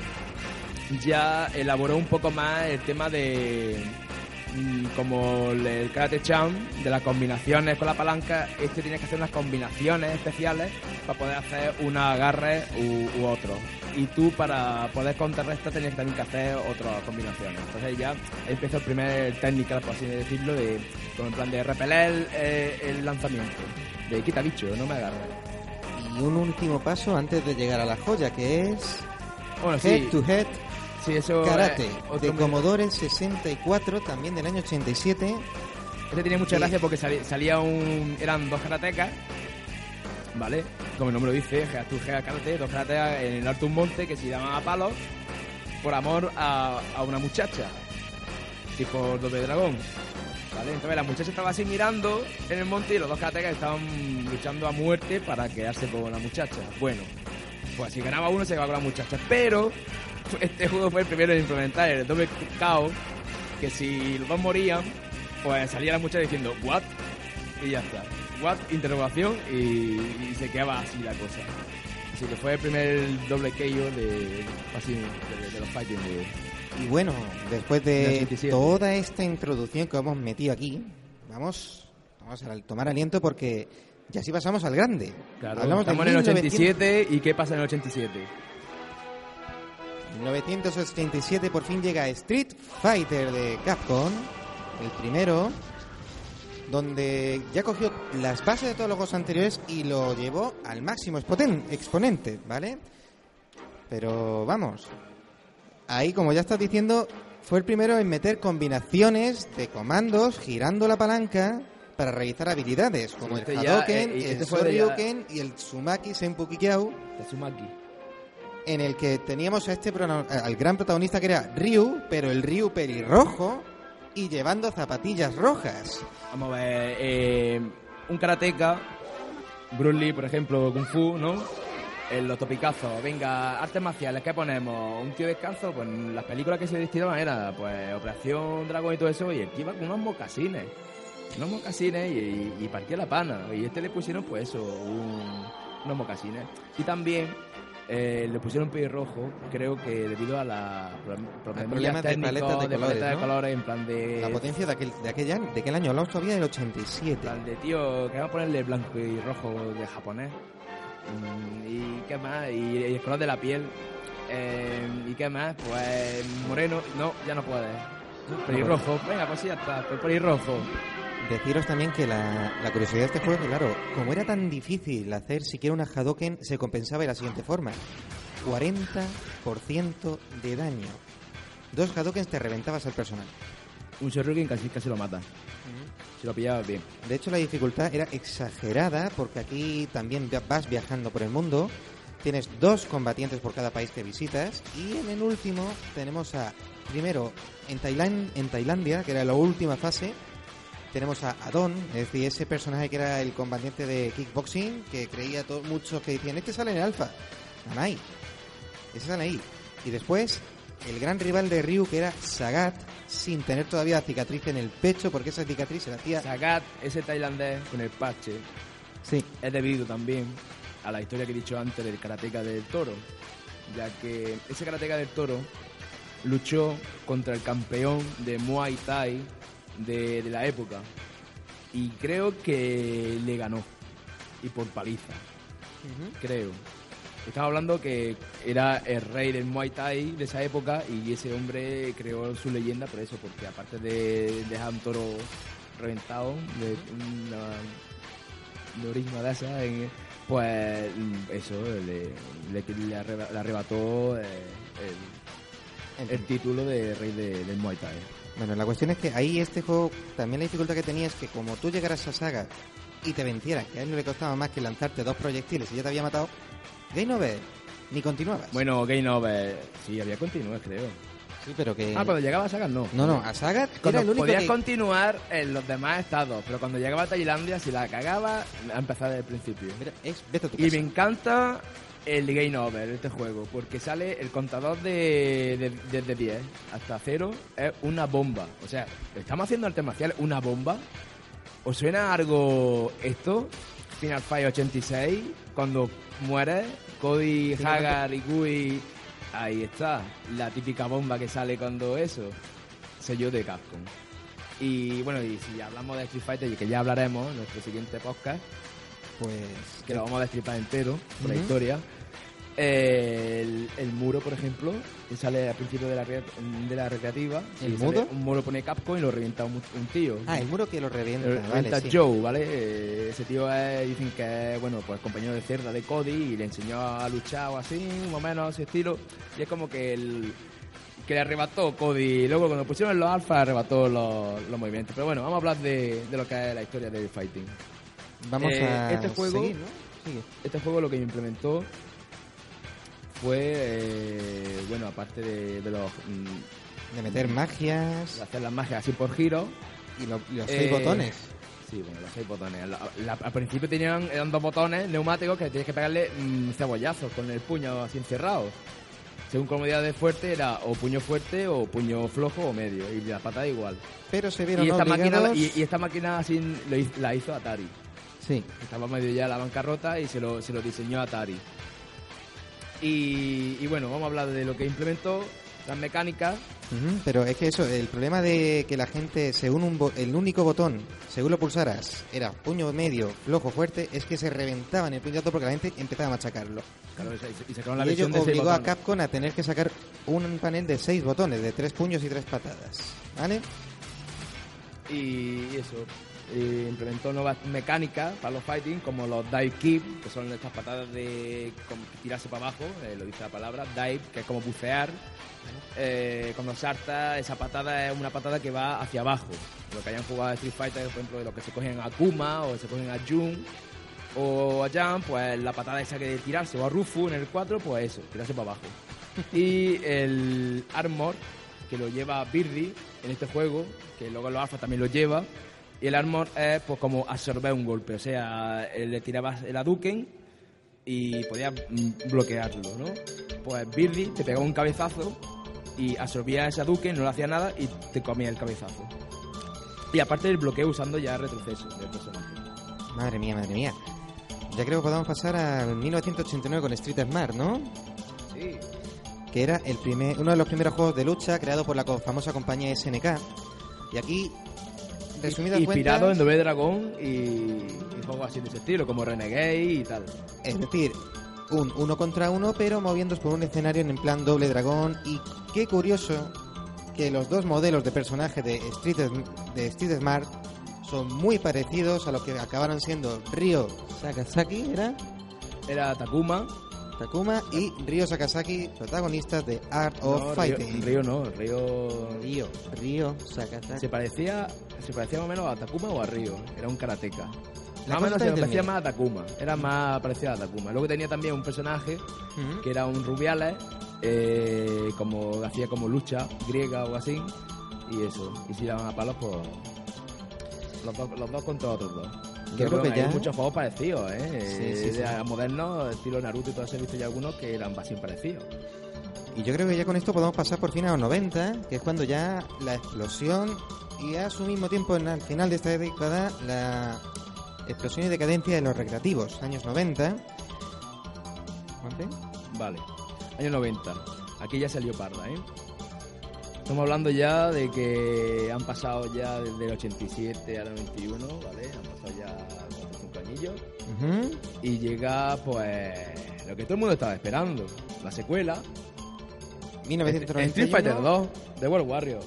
ya elaboró un poco más el tema de... Mmm, como el Karate Champ, de las combinaciones con la palanca. Este tenía que hacer unas combinaciones especiales para poder hacer un agarre u, u otro. Y tú, para poder contrarrestar, tenías también que hacer otras combinaciones. Entonces ya empezó el primer technical, por así decirlo, de como en plan de repeler eh, el lanzamiento. De quita bicho, no me agarres. Y un último paso antes de llegar a la joya, que es bueno, Head sí. to Head Sí, eso Karate, eh, de Commodore sesenta y cuatro, también del año ochenta y siete. Este tenía mucha Sí. gracia porque salía, salía un... Eran dos karatecas, ¿vale? Como el nombre lo dice, Head to Head Karate, dos karatecas en el alto de un monte que se llaman a palos por amor a, a una muchacha, tipo Doble Dragón, ¿vale? Entonces la muchacha estaba así mirando en el monte y los dos karatecas estaban luchando a muerte para quedarse con la muchacha. Bueno, pues si ganaba uno se quedaba con la muchacha, pero este juego fue el primero en implementar el doble K O, que si los dos morían, pues salía la muchacha diciendo ¿what? Y ya está. ¿What? Interrogación y, y se quedaba así la cosa. Así que fue el primer doble K O de, así, de, de los fighting de... Y bueno, después de ochenta y siete. toda esta introducción que hemos metido aquí, vamos, vamos a tomar aliento porque ya sí pasamos al grande. Claro, Hablamos estamos de en el ochenta y siete y ¿qué pasa en el ochenta y siete? mil novecientos ochenta y siete por fin llega Street Fighter de Capcom, el primero, donde ya cogió las bases de todos los juegos anteriores y lo llevó al máximo expoten- exponente, ¿vale? Pero vamos, ahí como ya estás diciendo, fue el primero en meter combinaciones de comandos girando la palanca para realizar habilidades, como Sí, este el ya, Hadoken, eh, este el fue de ya- Shoryuken y el Tsumaki Senpu Kikyau, Tatsumaki. en el que teníamos a este prono- al gran protagonista que era Ryu, pero el Ryu pelirrojo y llevando zapatillas rojas. Vamos a ver, eh, un karateka, Bruce Lee, por ejemplo, Kung Fu, ¿no? En los topicazos, venga, artes marciales, ¿qué ponemos? Un tío descalzo, pues en las películas que se destinaban era, pues, Operación Dragón y todo eso, y el que iba con unos mocasines, unos mocasines y, y partía la pana, y este le pusieron, pues eso, un, unos mocasines. Y también eh, le pusieron pelirrojo, creo que debido a la problemas problemas de técnicos, paletas de de, colores, paletas de ¿no? colores, en plan de... La potencia de aquel, de aquel año, de aquel año, hablamos todavía del ochenta y En siete. plan de, tío, que vamos a ponerle blanco y rojo de japonés. Mm, ¿Y qué más? Y, y el color de la piel. Eh, ¿Y qué más? Pues moreno. No, ya no puedes. Pelirrojo. Venga, pues sí, ya está. Pues pelirrojo. Deciros también que la, la curiosidad de este juego es que, claro, como era tan difícil hacer siquiera una Hadoken, se compensaba de la siguiente forma. cuarenta por ciento de daño. Dos Hadokens te reventabas al personal. Un Shoryuken casi, casi lo mata. Si lo pillabas bien. De hecho, la dificultad era exagerada porque aquí también via- vas viajando por el mundo. Tienes dos combatientes por cada país que visitas. Y en el último tenemos a, primero, en, Tailan- en Tailandia, que era la última fase, tenemos a Adon, es decir, ese personaje que era el combatiente de kickboxing, que creía todo, muchos que decían, este sale en el alfa. Nanai. Ese sale ahí. Y después, el gran rival de Ryu, que era Sagat, sin tener todavía cicatriz en el pecho, porque esa cicatriz se la hacía... Sagat, ese tailandés con el parche, sí, es debido también a la historia que he dicho antes del karateka del Toro, ya que ese karateka del Toro luchó contra el campeón de Muay Thai de, de la época y creo que le ganó, y por paliza, uh-huh. creo. Estaba hablando que era el rey del Muay Thai de esa época y ese hombre creó su leyenda por eso, porque aparte de dejar un toro reventado, de una orisma de esa, en, pues eso, le, le, le, arreba, le arrebató eh, el, el título de rey de, del Muay Thai. Bueno, la cuestión es que ahí este juego, también la dificultad que tenía es que como tú llegaras a Saga y te vencieras, que a él no le costaba más que lanzarte dos proyectiles y ya te había matado, Game Over, ni continuabas. Bueno, Game Over, sí, había continuado, creo. Sí, pero que... Ah, cuando llegaba a Sagat no. No, no, a Sagat era el único podías que... continuar en los demás estados, pero cuando llegaba a Tailandia, si la cagaba, a empezar desde el principio. Mira, es, vete a tu y casa. me encanta el Game Over, este juego, porque sale el contador de, de, de, de diez hasta cero, es una bomba. O sea, estamos haciendo artes marciales, una bomba. ¿Os suena algo esto? Final Fight ochenta y seis, cuando muere Cody, Hagar y Gui, ahí está, la típica bomba que sale cuando eso, sello de Capcom. Y bueno, y si hablamos de Street Fighter, y que ya hablaremos en nuestro siguiente podcast, pues que lo vamos a destripar entero por uh-huh. la historia. Eh, el, el muro, por ejemplo, que sale al principio de la, de la recreativa. ¿El muro? Un muro pone Capcom y lo revienta un, un tío. Ah, el muro que lo revienta. Lo vale, revienta sí. Joe, ¿vale? Eh, ese tío es, dicen que es, bueno, pues compañero de cerda de Cody y le enseñó a luchar o así, más o menos ese estilo. Y es como que el que le arrebató Cody. Luego cuando pusieron los alfa arrebató los, los movimientos. Pero bueno, vamos a hablar de, de lo que es la historia del fighting. Vamos eh, a este juego, seguir, ¿no? Sigue. Este juego lo que implementó fue, eh, bueno, aparte de, de los... Mmm, de meter magias. De hacer las magias así por giro. Y, lo, y los seis eh, botones. Sí, bueno, los seis botones. La, la, al principio tenían, eran dos botones neumáticos que tienes que pegarle mmm, cebollazos con el puño así encerrado. Según comodidad de fuerte era o puño fuerte o puño flojo o medio. Y la patada igual. Pero se vieron y esta obligados... máquina y, y esta máquina así lo hizo, la hizo Atari. Sí. Estaba medio ya la bancarrota y se lo, se lo diseñó Atari. Y, y bueno, vamos a hablar de lo que implementó, las mecánicas. Uh-huh, pero es que eso, el problema de que la gente, según un bo- el único botón, según lo pulsaras, era puño medio, flojo, fuerte, es que se reventaban el puño alto porque la gente empezaba a machacarlo. Claro, y sacaron la y ello versión de seis obligó a botones. Capcom a tener que sacar un panel de seis botones, de tres puños y tres patadas. ¿Vale? Y eso, eh, implementó nuevas mecánicas para los fighting, como los dive kick, que son estas patadas de como tirarse para abajo, eh, lo dice la palabra, dive, que es como bucear. Eh, cuando salta, esa patada es una patada que va hacia abajo. Lo que hayan jugado a Street Fighter, por ejemplo, de los que se cogen a Akuma o se cogen a Jun o a Jump, pues la patada esa que de tirarse, o a Rufu en el cuatro, pues eso, tirarse para abajo. Y el Armor, que lo lleva Birdie en este juego, que luego en los Alpha también lo lleva, y el Armor es pues como absorber un golpe, o sea, le tirabas el Hadouken y podías bloquearlo, ¿no? Pues Birdie te pegaba un cabezazo y absorbía ese Hadouken, no le hacía nada y te comía el cabezazo. Y aparte del bloqueo usando ya retroceso del personaje. Madre mía, madre mía. Ya creo que podemos pasar al mil novecientos ochenta y nueve con Street Smart, ¿no? Sí. Que era el primer, uno de los primeros juegos de lucha creado por la famosa compañía S N K. Y aquí, resumidas cuentas... Inspirado en Double Dragon y, y juegos así de ese estilo, como Renegade y tal. Es decir, un uno contra uno, pero moviéndose por un escenario en plan Doble Dragón. Y qué curioso que los dos modelos de personaje de Street, de Street Smart son muy parecidos a lo que acabaron siendo Ryo Sakazaki, ¿era? Era Takuma. Takuma y Ryo Sakazaki, protagonistas de Art no, of Fighting. Ryo no, Ryo... Ryo, Ryo Sakazaki. Se parecía, se parecía más o menos a Takuma o a Ryo. Era un karateka. La más o menos se cosa parecía más a Takuma. Era más parecido a Takuma. Luego tenía también un personaje uh-huh. que era un Rubiales, eh, como hacía como lucha griega o así. Y eso. Y si daban a palos, pues... Los dos, los dos contra otros dos. Yo creo que hay ya... muchos juegos parecidos, ¿eh? Sí, sí, sí. De modernos, estilo Naruto y todo eso, he visto ya algunos que eran bastante parecidos. Y yo creo que ya con esto podemos pasar por fin a los noventa, que es cuando ya la explosión y a su mismo tiempo, en el final de esta década, la explosión y decadencia de los recreativos, años noventa. ¿Vale? Vale, años noventa. Aquí ya salió parda, ¿eh? Estamos hablando ya de que han pasado ya desde el ochenta y siete al noventa y uno, ¿vale? Han pasado ya cuatro o cinco añillos. Uh-huh. Y llega, pues, lo que todo el mundo estaba esperando. La secuela. mil novecientos noventa y uno. Street Fighter dos, de World Warrior.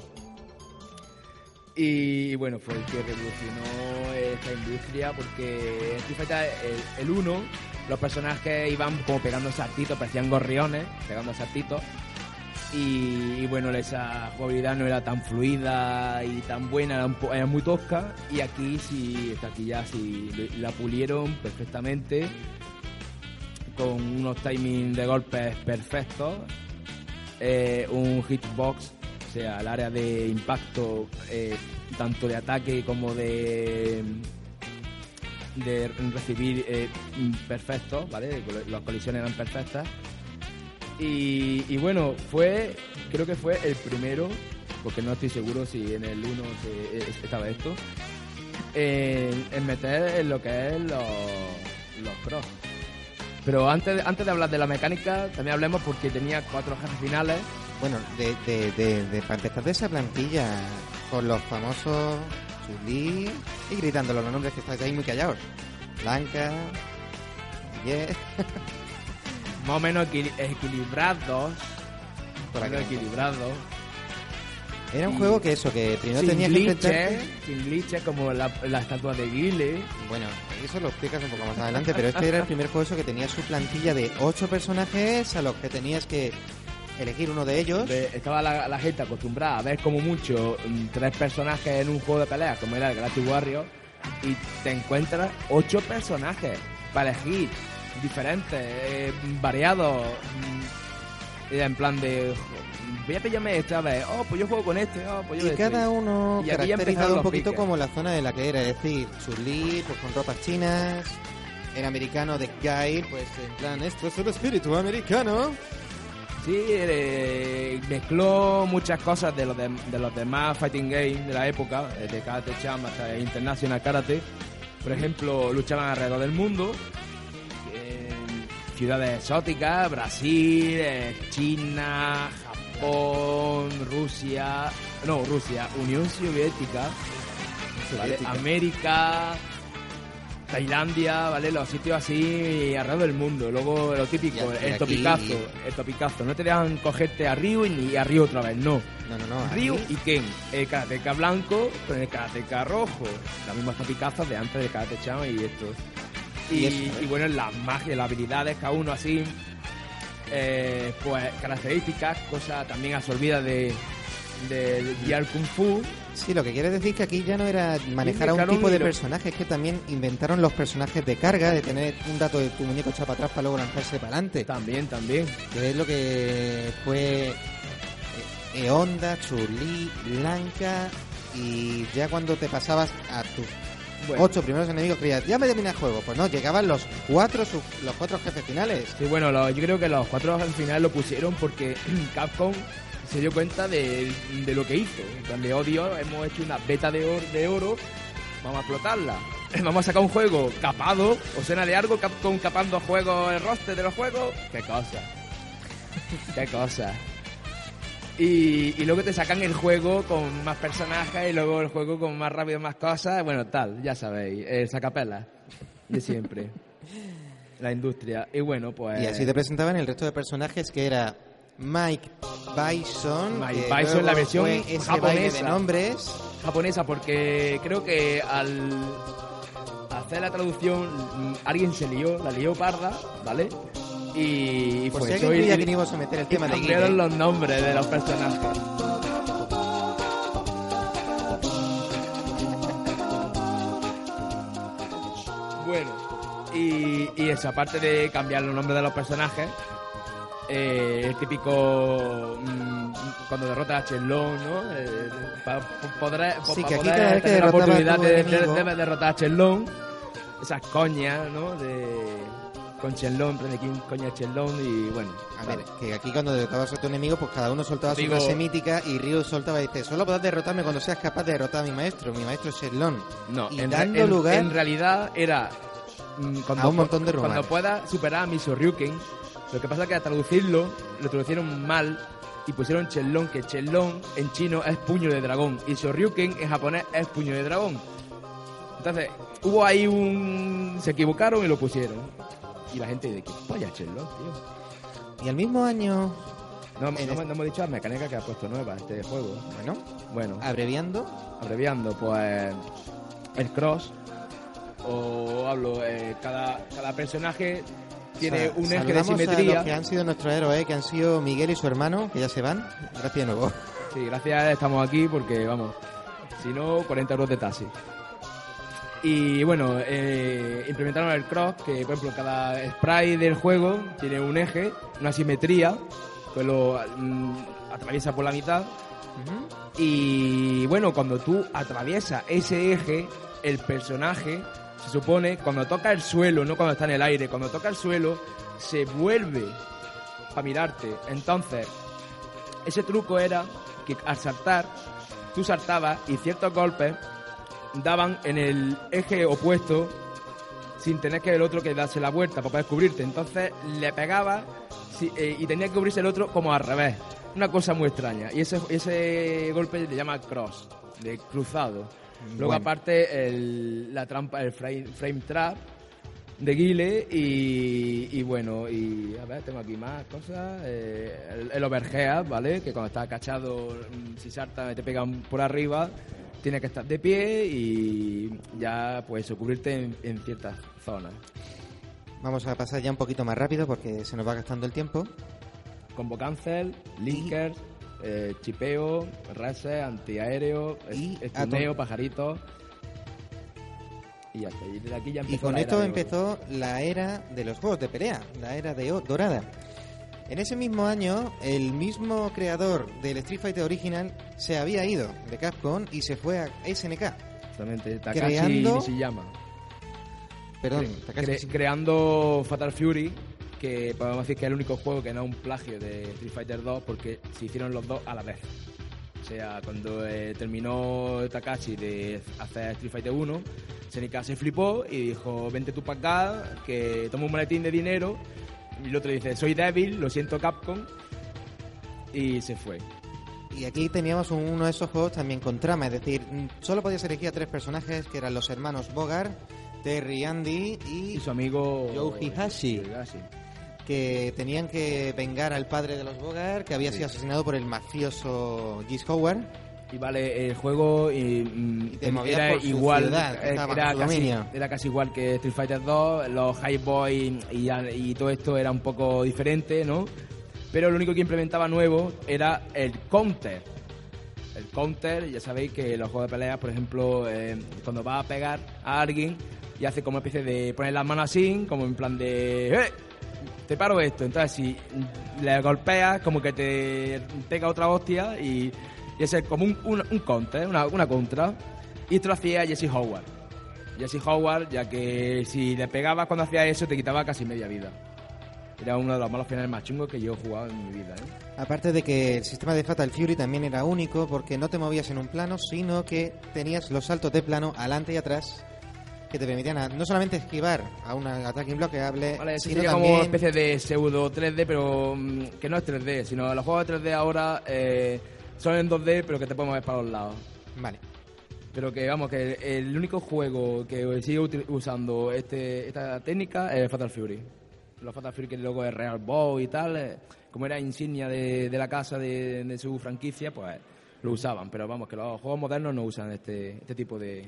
Y bueno, fue el que revolucionó esta industria porque en Street Fighter el uno, los personajes iban como pegando saltitos, parecían gorriones, pegando saltitos. Y, y bueno, esa jugabilidad no era tan fluida y tan buena, era, un po- era muy tosca. Y aquí sí, aquí ya sí la pulieron perfectamente, con unos timings de golpes perfectos, eh, un hitbox, o sea, el área de impacto, eh, tanto de ataque como de de recibir, eh, perfecto, ¿vale? Las colisiones eran perfectas. Y, y bueno, fue, creo que fue el primero, porque no estoy seguro si en el uno se, estaba esto, en, en meter en lo que es los, los cross. Pero antes de, antes de hablar de la mecánica, también hablemos porque tenía cuatro jefes finales. Bueno, de, de, de, de, para empezar de esa plantilla, con los famosos Chun-Li, y gritándolo los nombres que estáis ahí muy callados. Blanca, yeah. Más o menos equil- equilibrados. Por Más o menos aquí. equilibrados. Era un Y juego que eso, que primero sin tenías que glitches, enfrentarte... sin glitches como la, la estatua de Guile. Bueno, eso lo explicas un poco más adelante, pero este era el primer juego eso que tenía su plantilla de ocho personajes a los que tenías que elegir uno de ellos. De- estaba la, la gente acostumbrada a ver como mucho mm, tres personajes en un juego de peleas como era el Galactic Warrior, y te encuentras ocho personajes para elegir, diferentes, eh, variados, mm, en plan de jo, voy a pillarme este, a ver, oh, pues yo juego con este, oh, pues yo Y este. cada uno Y aquí ya empezaron caracterizado un los poquito piques. como la zona de la que era, es decir, Chun-Li pues con ropas chinas, el americano de Guile, pues en plan, esto es el espíritu americano. Sí, eh, mezcló muchas cosas de los, de, de los demás fighting games de la época, desde Karate Champ hasta International Karate. Por ejemplo, luchaban alrededor del mundo, en ciudades exóticas, Brasil, eh, China, Japón, Rusia, no, Rusia, Unión Soviética, ¿vale? Soviética. América, Tailandia, ¿vale? Los sitios así alrededor del mundo. Luego lo típico, Y aquí- el aquí- topicazo, el topicazo. No te dejan cogerte a Ryu ni a Ryu otra vez, no. No, no, no. Ryu aquí- y Ken, el karateka blanco con el karateka rojo. Las mismas topicazas de antes del Karate Champ y esto. Y, Y eso, ¿eh? y bueno, las magias, las habilidades, cada uno así, eh, pues características, cosas también absorbidas de, de, de guiar Kung Fu. Sí, lo que quiere decir que aquí ya no era manejar a un mezclaron tipo de y lo- personajes, que también inventaron los personajes de carga, de tener un dato de tu muñeco echado para atrás para luego lanzarse para adelante. También, también. Que es lo que fue eh, eh, Honda, Chun-Li, Blanca, y ya cuando te pasabas a tus Bueno. ocho primeros enemigos creías, ya me termina el juego. Pues no, llegaban los cuatro sub- los cuatro jefes finales. Sí, bueno, lo- yo creo que los cuatro al final lo pusieron porque Capcom se dio cuenta de, de lo que hizo. En plan de odio, hemos hecho una beta de oro, de oro, vamos a explotarla. Vamos a sacar un juego capado. ¿Os suena de algo Capcom capando juegos, el roster de los juegos? ¡Qué cosa! ¡Qué cosa! Y, y luego te sacan el juego con más personajes y luego el juego con más rápido, más cosas. Bueno, tal, ya sabéis, el sacapelas de siempre. La industria. Y bueno, pues... Y así te presentaban el resto de personajes, que era Mike Bison. Mike que Bison, luego la versión fue ese japonesa. baile de nombres. japonesa, porque creo que al hacer la traducción mm, alguien se lió, la lió parda, ¿vale? Y Por fue si eso, alguien creía y- que no íbamos a meter el tema y de cambiaron Guile. los nombres de los personajes. Bueno, y, y eso, aparte de cambiar los nombres de los personajes, eh, el típico mm, cuando derrotas a Shenlong, ¿no? Eh, para poder, Sí, pa que aquí poder cada vez que tener la derrotaba oportunidad a tu de, de, enemigo- de derrotar a Shenlong, esas coñas, ¿no? De con Shenlong, prende aquí coña Shenlong y bueno. A vale. ver, que aquí cuando derrotabas a tu enemigo, pues cada uno soltaba Digo- su frase mítica y Ryu soltaba y dice, solo podrás derrotarme cuando seas capaz de derrotar a mi maestro, mi maestro Shenlong. No, y en, dando en- lugar en realidad era mm, cuando, a un montón de rumores. cuando pueda superar a mi Shoryuken. Lo que pasa es que al traducirlo, lo traducieron mal y pusieron Shenlong, que Shenlong en chino es puño de dragón y Shoryuken en japonés es puño de dragón. Entonces, hubo ahí un... se equivocaron y lo pusieron. Y la gente de ¿qué polla Shenlong, tío? Y al mismo año, No, En no, este- no hemos dicho la mecánica que ha puesto nueva este juego. bueno, Bueno, abreviando, abreviando, pues el cross, o hablo, eh, cada, cada personaje tiene sa- un eje de saludamos a simetría. los que han sido nuestros héroes, que han sido Miguel y su hermano, que ya se van. Gracias de nuevo. Sí, gracias, estamos aquí porque, vamos, si no, cuarenta euros de taxi. Y bueno, eh, implementaron el cross, que por ejemplo cada sprite del juego tiene un eje, una simetría, pues lo mm, atraviesa por la mitad. Y bueno, cuando tú atraviesas ese eje, el personaje se supone cuando toca el suelo, no cuando está en el aire, cuando toca el suelo se vuelve para mirarte. Entonces, ese truco era que al saltar, tú saltabas y ciertos golpes daban en el eje opuesto sin tener que el otro que darse la vuelta para poder cubrirte. Entonces le pegaba sí, eh, y tenía que cubrirse el otro como al revés. Una cosa muy extraña. Y ese, ese golpe le llama cross, de cruzado. Luego Bueno. aparte el, la trampa, el frame, frame trap de Guile y, y bueno, y a ver, tengo aquí más cosas. Eh, el, el overhead, ¿vale? Que cuando está agachado, mm, si salta te pegan por arriba, tiene que estar de pie y ya pues eso, cubrirte en, en ciertas zonas. Vamos a pasar ya un poquito más rápido porque se nos va gastando el tiempo. Combo cancel, linkers, eh, chipeo, reset, antiaéreo, Y es- estuneo, pajaritos. Y hasta ahí, desde aquí ya empezó Y con la esto era de empezó la era de los juegos de pelea, la era de o- dorada. En ese mismo año, el mismo creador del Street Fighter original se había ido de Capcom y se fue a S N K. oro. Exactamente, Takashi creando- Nishiyama. Perdón, Cre- Takashi cre- creando Fatal Fury, que podemos decir que es el único juego que no es un plagio de Street Fighter dos porque se hicieron los dos a la vez. O sea, cuando eh, terminó Takashi de hacer Street Fighter uno, S N K se flipó y dijo, vente tú para acá, que toma un maletín de dinero. Y el otro dice, soy débil, lo siento Capcom. Y se fue. Y aquí teníamos un- uno de esos juegos también con trama, es decir, mm, solo podías elegir a tres personajes que eran los hermanos Bogart, Terry Andy y Y su amigo Joe Higashi. Higashi. que tenían que vengar al padre de los Bogart, que había Sí. sido asesinado por el mafioso Gis Howard. Y vale, el juego y, mm, Y te movías era por su igual, ciudad, que eh, estaba era, bajo su casi, dominio. era casi igual que Street Fighter dos, los High Boy y, y todo esto era un poco diferente, ¿no? Pero lo único que implementaba nuevo era el counter. El counter, ya sabéis que los juegos de peleas, por ejemplo, eh, cuando vas a pegar a alguien y hace como una especie de poner las manos así, como en plan de ¡eh! Te paro esto. Entonces, si le golpeas, como que te pega otra hostia y, y ese es como un, un, un counter, una, una contra. Y esto lo hacía Jesse Howard. Jesse Howard, ya que si le pegabas cuando hacía eso, te quitaba casi media vida. Era uno de los malos finales más chungos que yo he jugado en mi vida, ¿eh? Aparte de que el sistema de Fatal Fury también era único porque no te movías en un plano, sino que tenías los saltos de plano adelante y atrás que te permitían a- no solamente esquivar a un ataque bloqueable, Vale, eso sino sería también... como una especie de pseudo tres D, pero mm, que no es tres D, sino los juegos de tres D ahora eh, son en dos D, pero que te pueden mover para los lados. Vale. Pero que vamos, que el, el único juego que sigue uti- usando este, esta técnica es Fatal Fury. Los Fatal Fury que luego es Real Bow y tal, eh, como era insignia de, de la casa de, de su franquicia, pues lo usaban. Pero vamos, que los juegos modernos no usan este, este tipo de...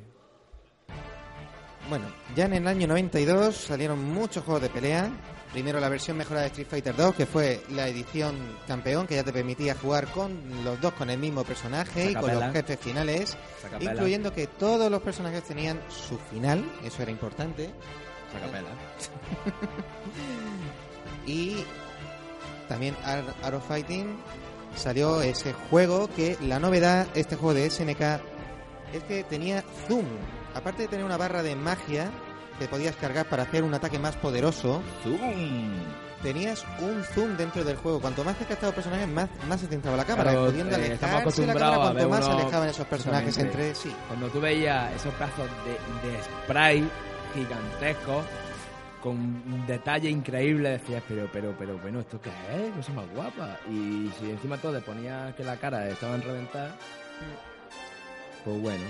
Bueno, ya en el año noventa y dos salieron muchos juegos de pelea. Primero la versión mejorada de Street Fighter dos, que fue la edición campeón, que ya te permitía jugar con los dos con el mismo personaje y con Sacapela. los jefes finales, Sacapela. incluyendo que todos los personajes tenían su final, eso era importante. Sacapela. Y también Art, Art of Fighting, salió ese juego que la novedad, este juego de S N K, es que tenía zoom. Aparte de tener una barra de magia que podías cargar para hacer un ataque más poderoso, Zoom. tenías un zoom dentro del juego. Cuanto más cerca estaba el personaje, más, más se te entraba la cámara, Claro, pudiendo eh, estamos alejarse la cámara acostumbrados a cuanto ver más se unos- alejaban esos personajes Exactamente. entre sí. Cuando tú veías esos pedazos de, de spray gigantescos con un detalle increíble, decías, pero, pero, pero, bueno, ¿esto qué es? Cosa más guapa. Y si encima todo te ponías que la cara estaba en reventar, pues bueno.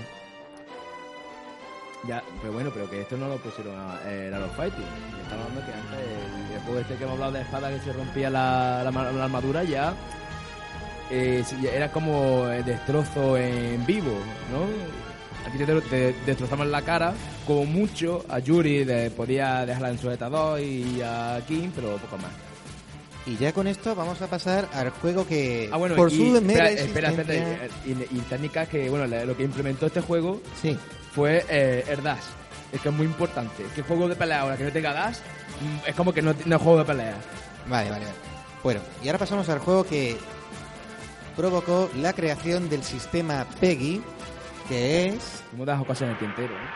Ya, pero bueno, pero que esto no lo pusieron a, eh, a los fighting. Estamos hablando que antes el, el juego este que hemos hablado de espada que se rompía la, la, ma- la armadura ya eh, sí, era como el destrozo en vivo, ¿no? Aquí te, te destrozamos la cara, como mucho a Yuri de, podía dejarla en sujetador y a Kim, pero poco más. Y ya con esto vamos a pasar al juego que Ah, bueno, por y, su mera espera, espera, espera, existencia- y, y técnicas que, bueno, lo que implementó este juego Sí. fue eh, el dash. Es que es muy importante. Que el juego de pelea ahora que no tenga dash mm, es como que no, no es juego de pelea. Vale, vale, vale. Bueno, y ahora pasamos al juego que provocó la creación del sistema PEGI, que es... Como das ocasiones en el tintero, ¿eh?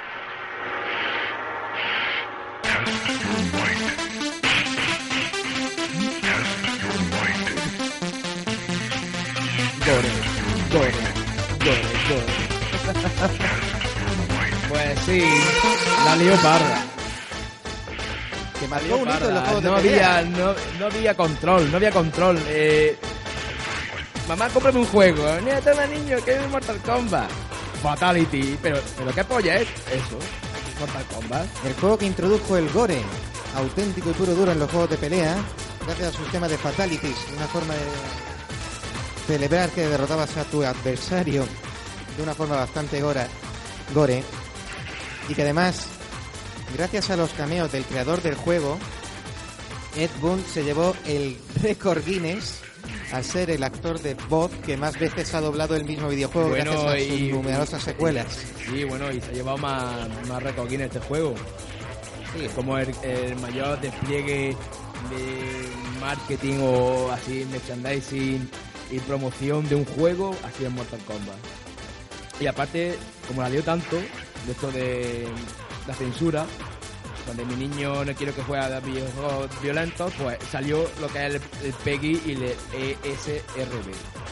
Gore, gore, gore, gore. Pues sí, la lió parda. que La marcó lió un hito en los parda. juegos de No pelea. había, no, no había control, no había control. Eh, mamá, cómprame un juego. Mira, toma niño, que es Mortal Kombat. Fatality, pero, pero ¿qué polla es eso? Mortal Kombat. El juego que introdujo el gore, auténtico y puro duro en los juegos de pelea, gracias a su sistema de fatalities, una forma de celebrar que derrotabas a tu adversario de una forma bastante gora, gore, y que además, gracias a los cameos del creador del juego, Ed Boon se llevó el récord Guinness al ser el actor de voz que más veces ha doblado el mismo videojuego Bueno, gracias a sus y- numerosas secuelas. Sí, bueno, y se ha llevado más, más récord en este juego. Sí, Es como el, el mayor despliegue de marketing o así, merchandising y promoción de un juego así en Mortal Kombat. Y aparte, como la dio tanto, de esto de la censura, donde mi niño no quiero que juegue a videojuegos violentos, pues salió lo que es el, el PEGI y el E S R B.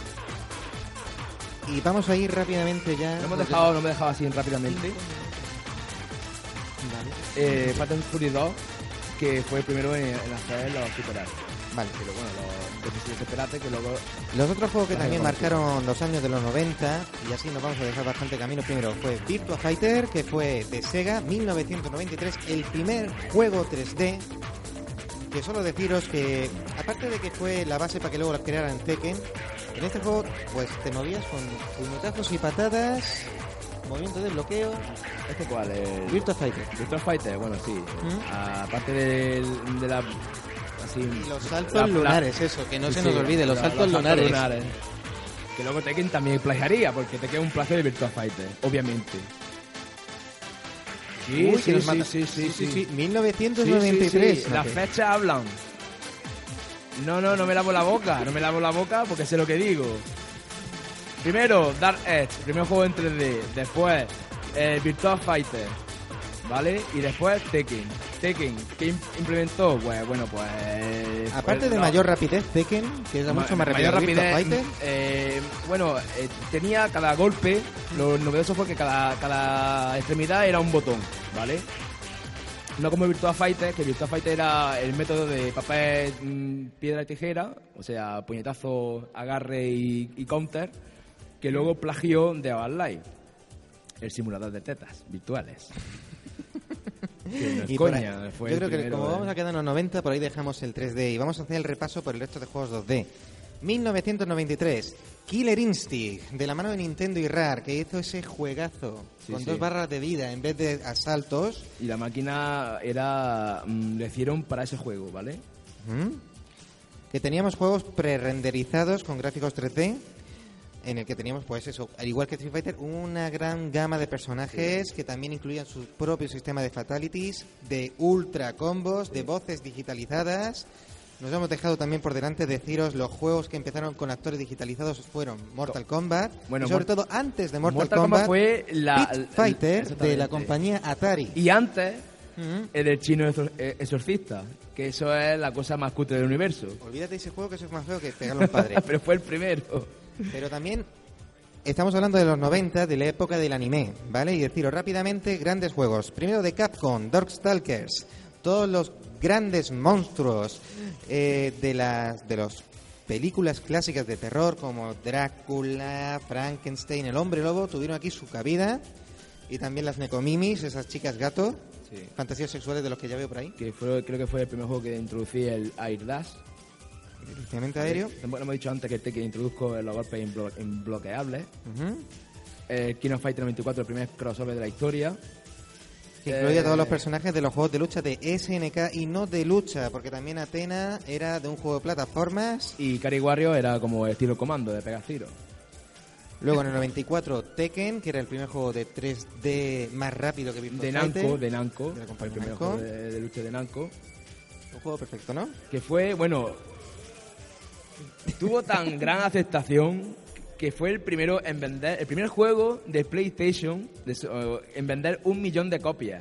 y vamos a ir rápidamente ya. No hemos dejado, no me he dejado así rápidamente. Eh, Fatal Fury dos, que fue el primero en, en hacer los superar. Vale. Pero bueno, los de Superate, que luego Los otros juegos que Vale, también vamos. marcaron los años de los noventa, y así nos vamos a dejar bastante camino, primero fue Virtua Fighter, que fue de Sega, mil novecientos noventa y tres, el primer juego tres D, que solo deciros que, aparte de que fue la base para que luego lo crearan Tekken, en este juego pues te movías con puñetazos y patadas, movimiento de bloqueo, ¿este cuál es? Virtua Fighter. Virtua Fighter, bueno, sí. ¿Mm? Aparte del- de la... Así, Y los saltos la- la- lunares, eso, que no se sí, nos olvide, los la- saltos lunares. Que luego Tekken también plagiaría, porque te queda un placer de Virtua Fighter, obviamente. Sí, Uy, sí, que nos sí, mata- sí, sí, sí, sí. mil novecientos noventa y tres. Sí, sí, sí. Las fechas hablan. No, no, no me lavo la boca. No me lavo la boca porque sé lo que digo. Primero, Dark Edge, primer juego en tres D. Después, eh, Virtua Fighter. ¿Vale? Y después Tekken. Tekken, ¿qué im- implementó? Pues bueno, pues... Aparte pues, de no. mayor rapidez, Tekken, que era Ma- mucho más rápido mayor que Virtua rapidez, Fighter. eh, bueno, eh, tenía cada golpe, lo novedoso fue que cada, cada extremidad era un botón, ¿vale? No como Virtua Fighter, que Virtua Fighter era el método de papel, mm, piedra y tijera, o sea, puñetazo, agarre y, y counter, que luego plagió de Half-Life, el simulador de tetas virtuales. Que no es Y por coña, ahí- fue yo el creo que primero, como eh. vamos a quedar en los noventa, por ahí dejamos el tres D y vamos a hacer el repaso por el resto de juegos dos D. mil novecientos noventa y tres, Killer Instinct, de la mano de Nintendo y Rare, que hizo ese juegazo Sí, con sí. dos barras de vida en vez de asaltos. Y la máquina era... mm, le hicieron para ese juego, ¿vale? ¿Mm? Que teníamos juegos pre-renderizados con gráficos tres D, en el que teníamos, pues eso, al igual que Street Fighter, una gran gama de personajes que también incluían su propio sistema de fatalities, de ultra combos, de voces digitalizadas nos hemos dejado también por delante deciros los juegos que empezaron con actores digitalizados fueron Mortal Kombat, Bueno, y sobre Mor- todo antes de Mortal, Mortal Kombat, Kombat fue la- Pit el- Fighter de la exactamente. compañía Atari. Y antes, Ujú. el del chino exor- eh, exorcista, que eso es la cosa más cutre del universo. Olvídate de ese juego, que eso es más feo que pegarle a un padre. Pero fue el primero. Pero también estamos hablando de los noventa, de la época del anime, ¿vale? Y deciros rápidamente grandes juegos. Primero de Capcom, Darkstalkers, todos los grandes monstruos eh, de las de las películas clásicas de terror como Drácula, Frankenstein, el Hombre Lobo tuvieron aquí su cabida, y también las Nekomimis, esas chicas gato, Sí. fantasías sexuales de los que ya veo por ahí, Que fue, creo que fue el primer juego que introducí el Air Dash. directamente aéreo. Bueno, hemos dicho antes que este que introduzco los golpes inblo- inbloqueables. Ujú. El King of Fighter noventa y cuatro, el primer crossover de la historia. Que incluía Eh, todos los personajes de los juegos de lucha de S N K y no de lucha, porque también Athena era de un juego de plataformas. Y Cari Warrior era como estilo comando, de pegar tiros. Luego en el noventa y cuatro Tekken, que era el primer juego de tres D más rápido que Virtua De Fighter. Namco, de Namco. De la el compañía primer Namco. juego de, de lucha de Namco. Un juego perfecto, ¿no? Que fue, bueno, tuvo tan gran aceptación que fue el primero en vender, el primer juego de PlayStation de su- eh, en vender un millón de copias.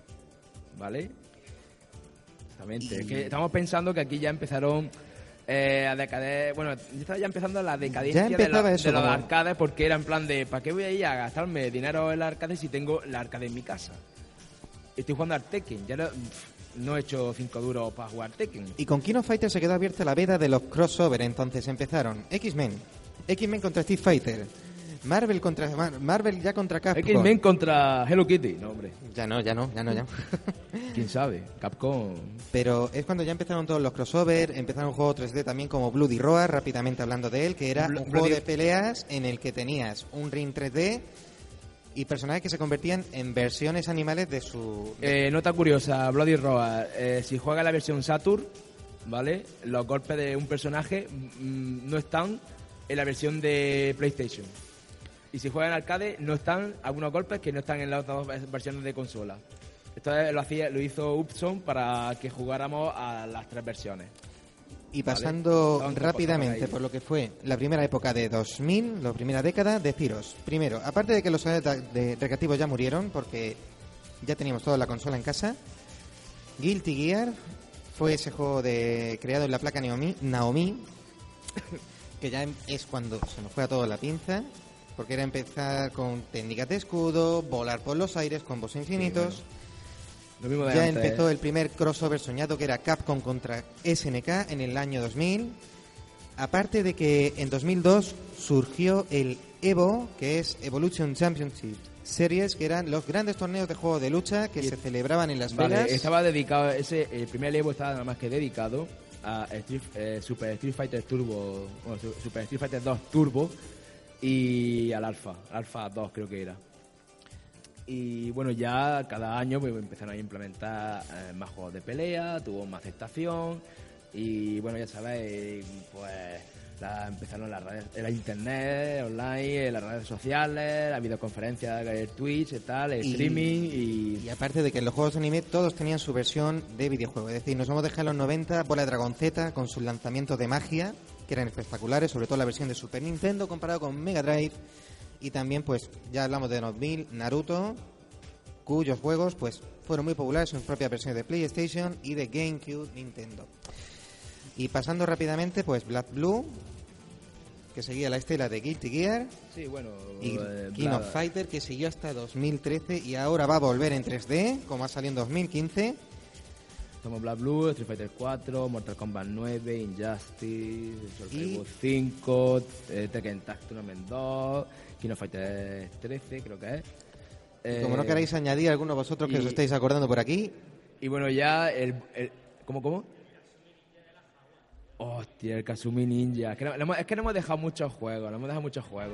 ¿Vale? Exactamente. Es que estamos pensando que aquí ya empezaron eh, a decader. Bueno, ya estaba ya empezando la decadencia Ya de, empezaba la- eso, de los como- arcades, porque era en plan de ¿para qué voy a ir a gastarme dinero en el arcade si tengo la arcade en mi casa? Estoy jugando al Tekken, ya no, no he hecho cinco duros para jugar Tekken. Y con King of Fighters se quedó abierta la veda de los crossover, entonces empezaron X-Men, X-Men contra Street Fighter, Marvel contra Mar- Marvel ya contra Capcom. X-Men contra Hello Kitty, no hombre, Ya no, ya no, ya no, ya. quién sabe, Capcom. Pero es cuando ya empezaron todos los crossover, empezaron un juego tres D también como Bloody Roar, rápidamente hablando de él, que era Bl- un juego Bloody- de peleas en el que tenías un ring tres D y personajes que se convertían en versiones animales de su... de- Eh, nota curiosa, Bloody Roar, eh, si juega la versión Saturn, ¿vale? Los golpes de un personaje mm, no están en la versión de PlayStation. Y si juega en arcade, no están algunos golpes que no están en las otras dos versiones de consola. Esto es- lo hacía, lo hizo Upson para que jugáramos a las tres versiones. Y Vale. pasando Estaban rápidamente compuestas por lo que fue la primera época de dos mil, la primera década, deciros, primero, aparte de que los salones de recreativos ya murieron, porque ya teníamos toda la consola en casa, Guilty Gear fue ese juego de creado en la placa Naomi, Naomi que ya es cuando se nos fue a todo la pinza, porque era empezar con técnicas de escudo, volar por los aires, combos infinitos. Lo mismo de Ya antes. empezó el primer crossover soñado, que era Capcom contra S N K en el año dos mil. Aparte de que en dos mil dos surgió el EVO, que es Evolution Championship Series, que eran los grandes torneos de juego de lucha que Y- se celebraban en Las Vale, Vegas. estaba dedicado, ese, el primer Evo estaba nada más que dedicado a Street- eh, Super Street Fighter Turbo, bueno, Su- Super Street Fighter dos Turbo y al Alpha, Alpha dos creo que era. Y bueno, ya cada año pues, empezaron a implementar eh, más juegos de pelea, tuvo más aceptación y bueno, ya sabéis, pues la, empezaron las redes, la internet, online, las redes sociales, las videoconferencias, el Twitch y tal, el Y- streaming y... Y aparte de que en los juegos de anime todos tenían su versión de videojuego. Es decir, nos vamos a dejar en los noventa Bola de Dragon Z con sus lanzamientos de magia, que eran espectaculares, sobre todo la versión de Super Nintendo comparado con Mega Drive. Y también, pues, ya hablamos de dos mil, Naruto, cuyos juegos, pues, fueron muy populares en sus propias versiones de PlayStation y de GameCube, Nintendo. Y pasando rápidamente, pues, Black Blue, que seguía la estela de Guilty Gear, Sí, bueno, y eh, King bla- of Fighter, que siguió hasta dos mil trece y ahora va a volver en tres D, como ha salido en dos mil quince. Somos Black Blue, Street Fighter cuatro, Mortal Kombat nueve, Injustice, Soul Y- Calibur cinco, eh, Tekken Tag Tournament dos, King of Fighter trece creo que es. Y como no Eh, queráis añadir alguno vosotros que y- os estáis acordando por aquí, Y bueno, ya el... el ¿Cómo, cómo? Hostia, el Kazumi Ninja. Es que, no, le hemos- es que no hemos dejado muchos juegos, no hemos dejado muchos juegos.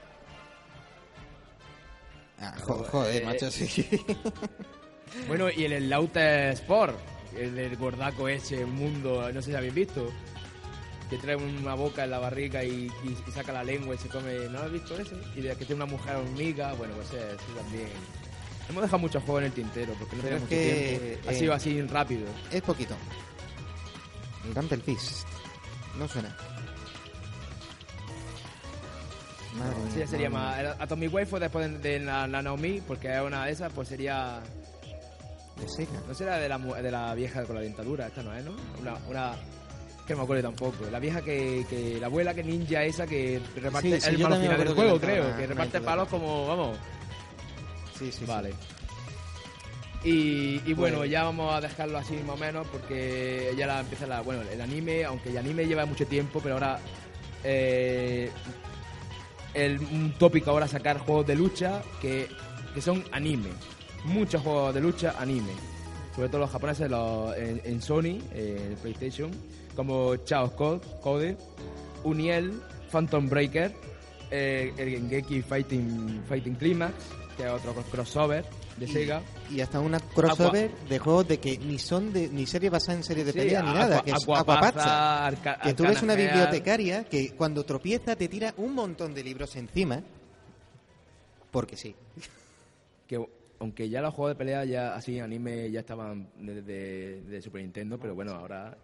ah, jo- joder, eh, macho, sí. Bueno, y el Slaughter Sport, el del gordaco ese, mundo, no sé si habéis visto, que trae una boca en la barriga y, y- y saca la lengua y se come, ¿no habéis visto ese? Y de que tiene una mujer hormiga, bueno, pues ese, ese también. Hemos dejado muchos juegos en el tintero, porque no Pero tenemos es mucho que, tiempo. Ha eh, sido así rápido. Es poquito. El Rumble Fist. No suena. Madre No, mía, sí, sería no, más. El Atomic Wave después de, de la, la Naomi, porque es una de esas, pues sería. De Sega. No será de la, mu- de la vieja con la dentadura, esta no es, ¿no? Una. una que no me acuerdo tampoco. La vieja que, que. La abuela que ninja esa que reparte Sí, sí, el yo malo también final me del acuerdo juego, que creo. cantaba Que una- reparte una palos como. Vamos. Sí, sí, Vale. sí. Y, y bueno, Pues- ya vamos a dejarlo así más o menos porque ya la empieza la. Bueno, el anime, aunque el anime lleva mucho tiempo, pero ahora. Eh, el, un tópico ahora sacar juegos de lucha que, que son anime. Muchos juegos de lucha anime. Sobre todo los japoneses los, en, en Sony, eh, en PlayStation, como Chaos Code, Code Uniel, Phantom Breaker, eh, el Gengeki Fighting, Fighting Climax, que es otro crossover de Y- Sega. Y hasta una crossover de juegos de que ni son de ni serie basada en serie de Sí, pelea ni Aqua- nada, que es Aquapazza, Aquapazza. Arca- Que tú ves una Arcana Head. bibliotecaria que cuando tropieza te tira un montón de libros encima. Porque sí. Que aunque ya los juegos de pelea ya así anime ya estaban desde de Super Nintendo, pero bueno, ahora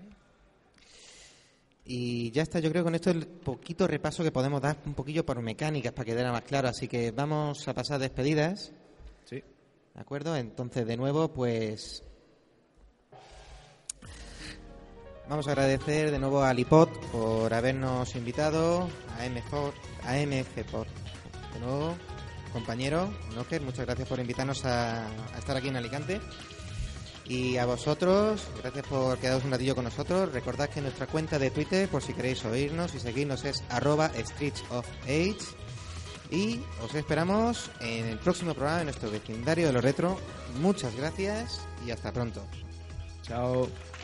Y ya está, yo creo que con esto el poquito repaso que podemos dar un poquillo por mecánicas para que quede más claro. Así que vamos a pasar despedidas. sí. ¿De acuerdo? Entonces, de nuevo, pues... Vamos a agradecer de nuevo a Alipod por habernos invitado, a M G a M G por de nuevo, compañero Nocker, muchas gracias por invitarnos a, a estar aquí en Alicante. Y a vosotros, gracias por quedaros un ratillo con nosotros. Recordad que nuestra cuenta de Twitter, por si queréis oírnos y seguirnos, es arroba Streets of Age. Y os esperamos en el próximo programa de nuestro vecindario de lo retro. Muchas gracias y hasta pronto. Chao.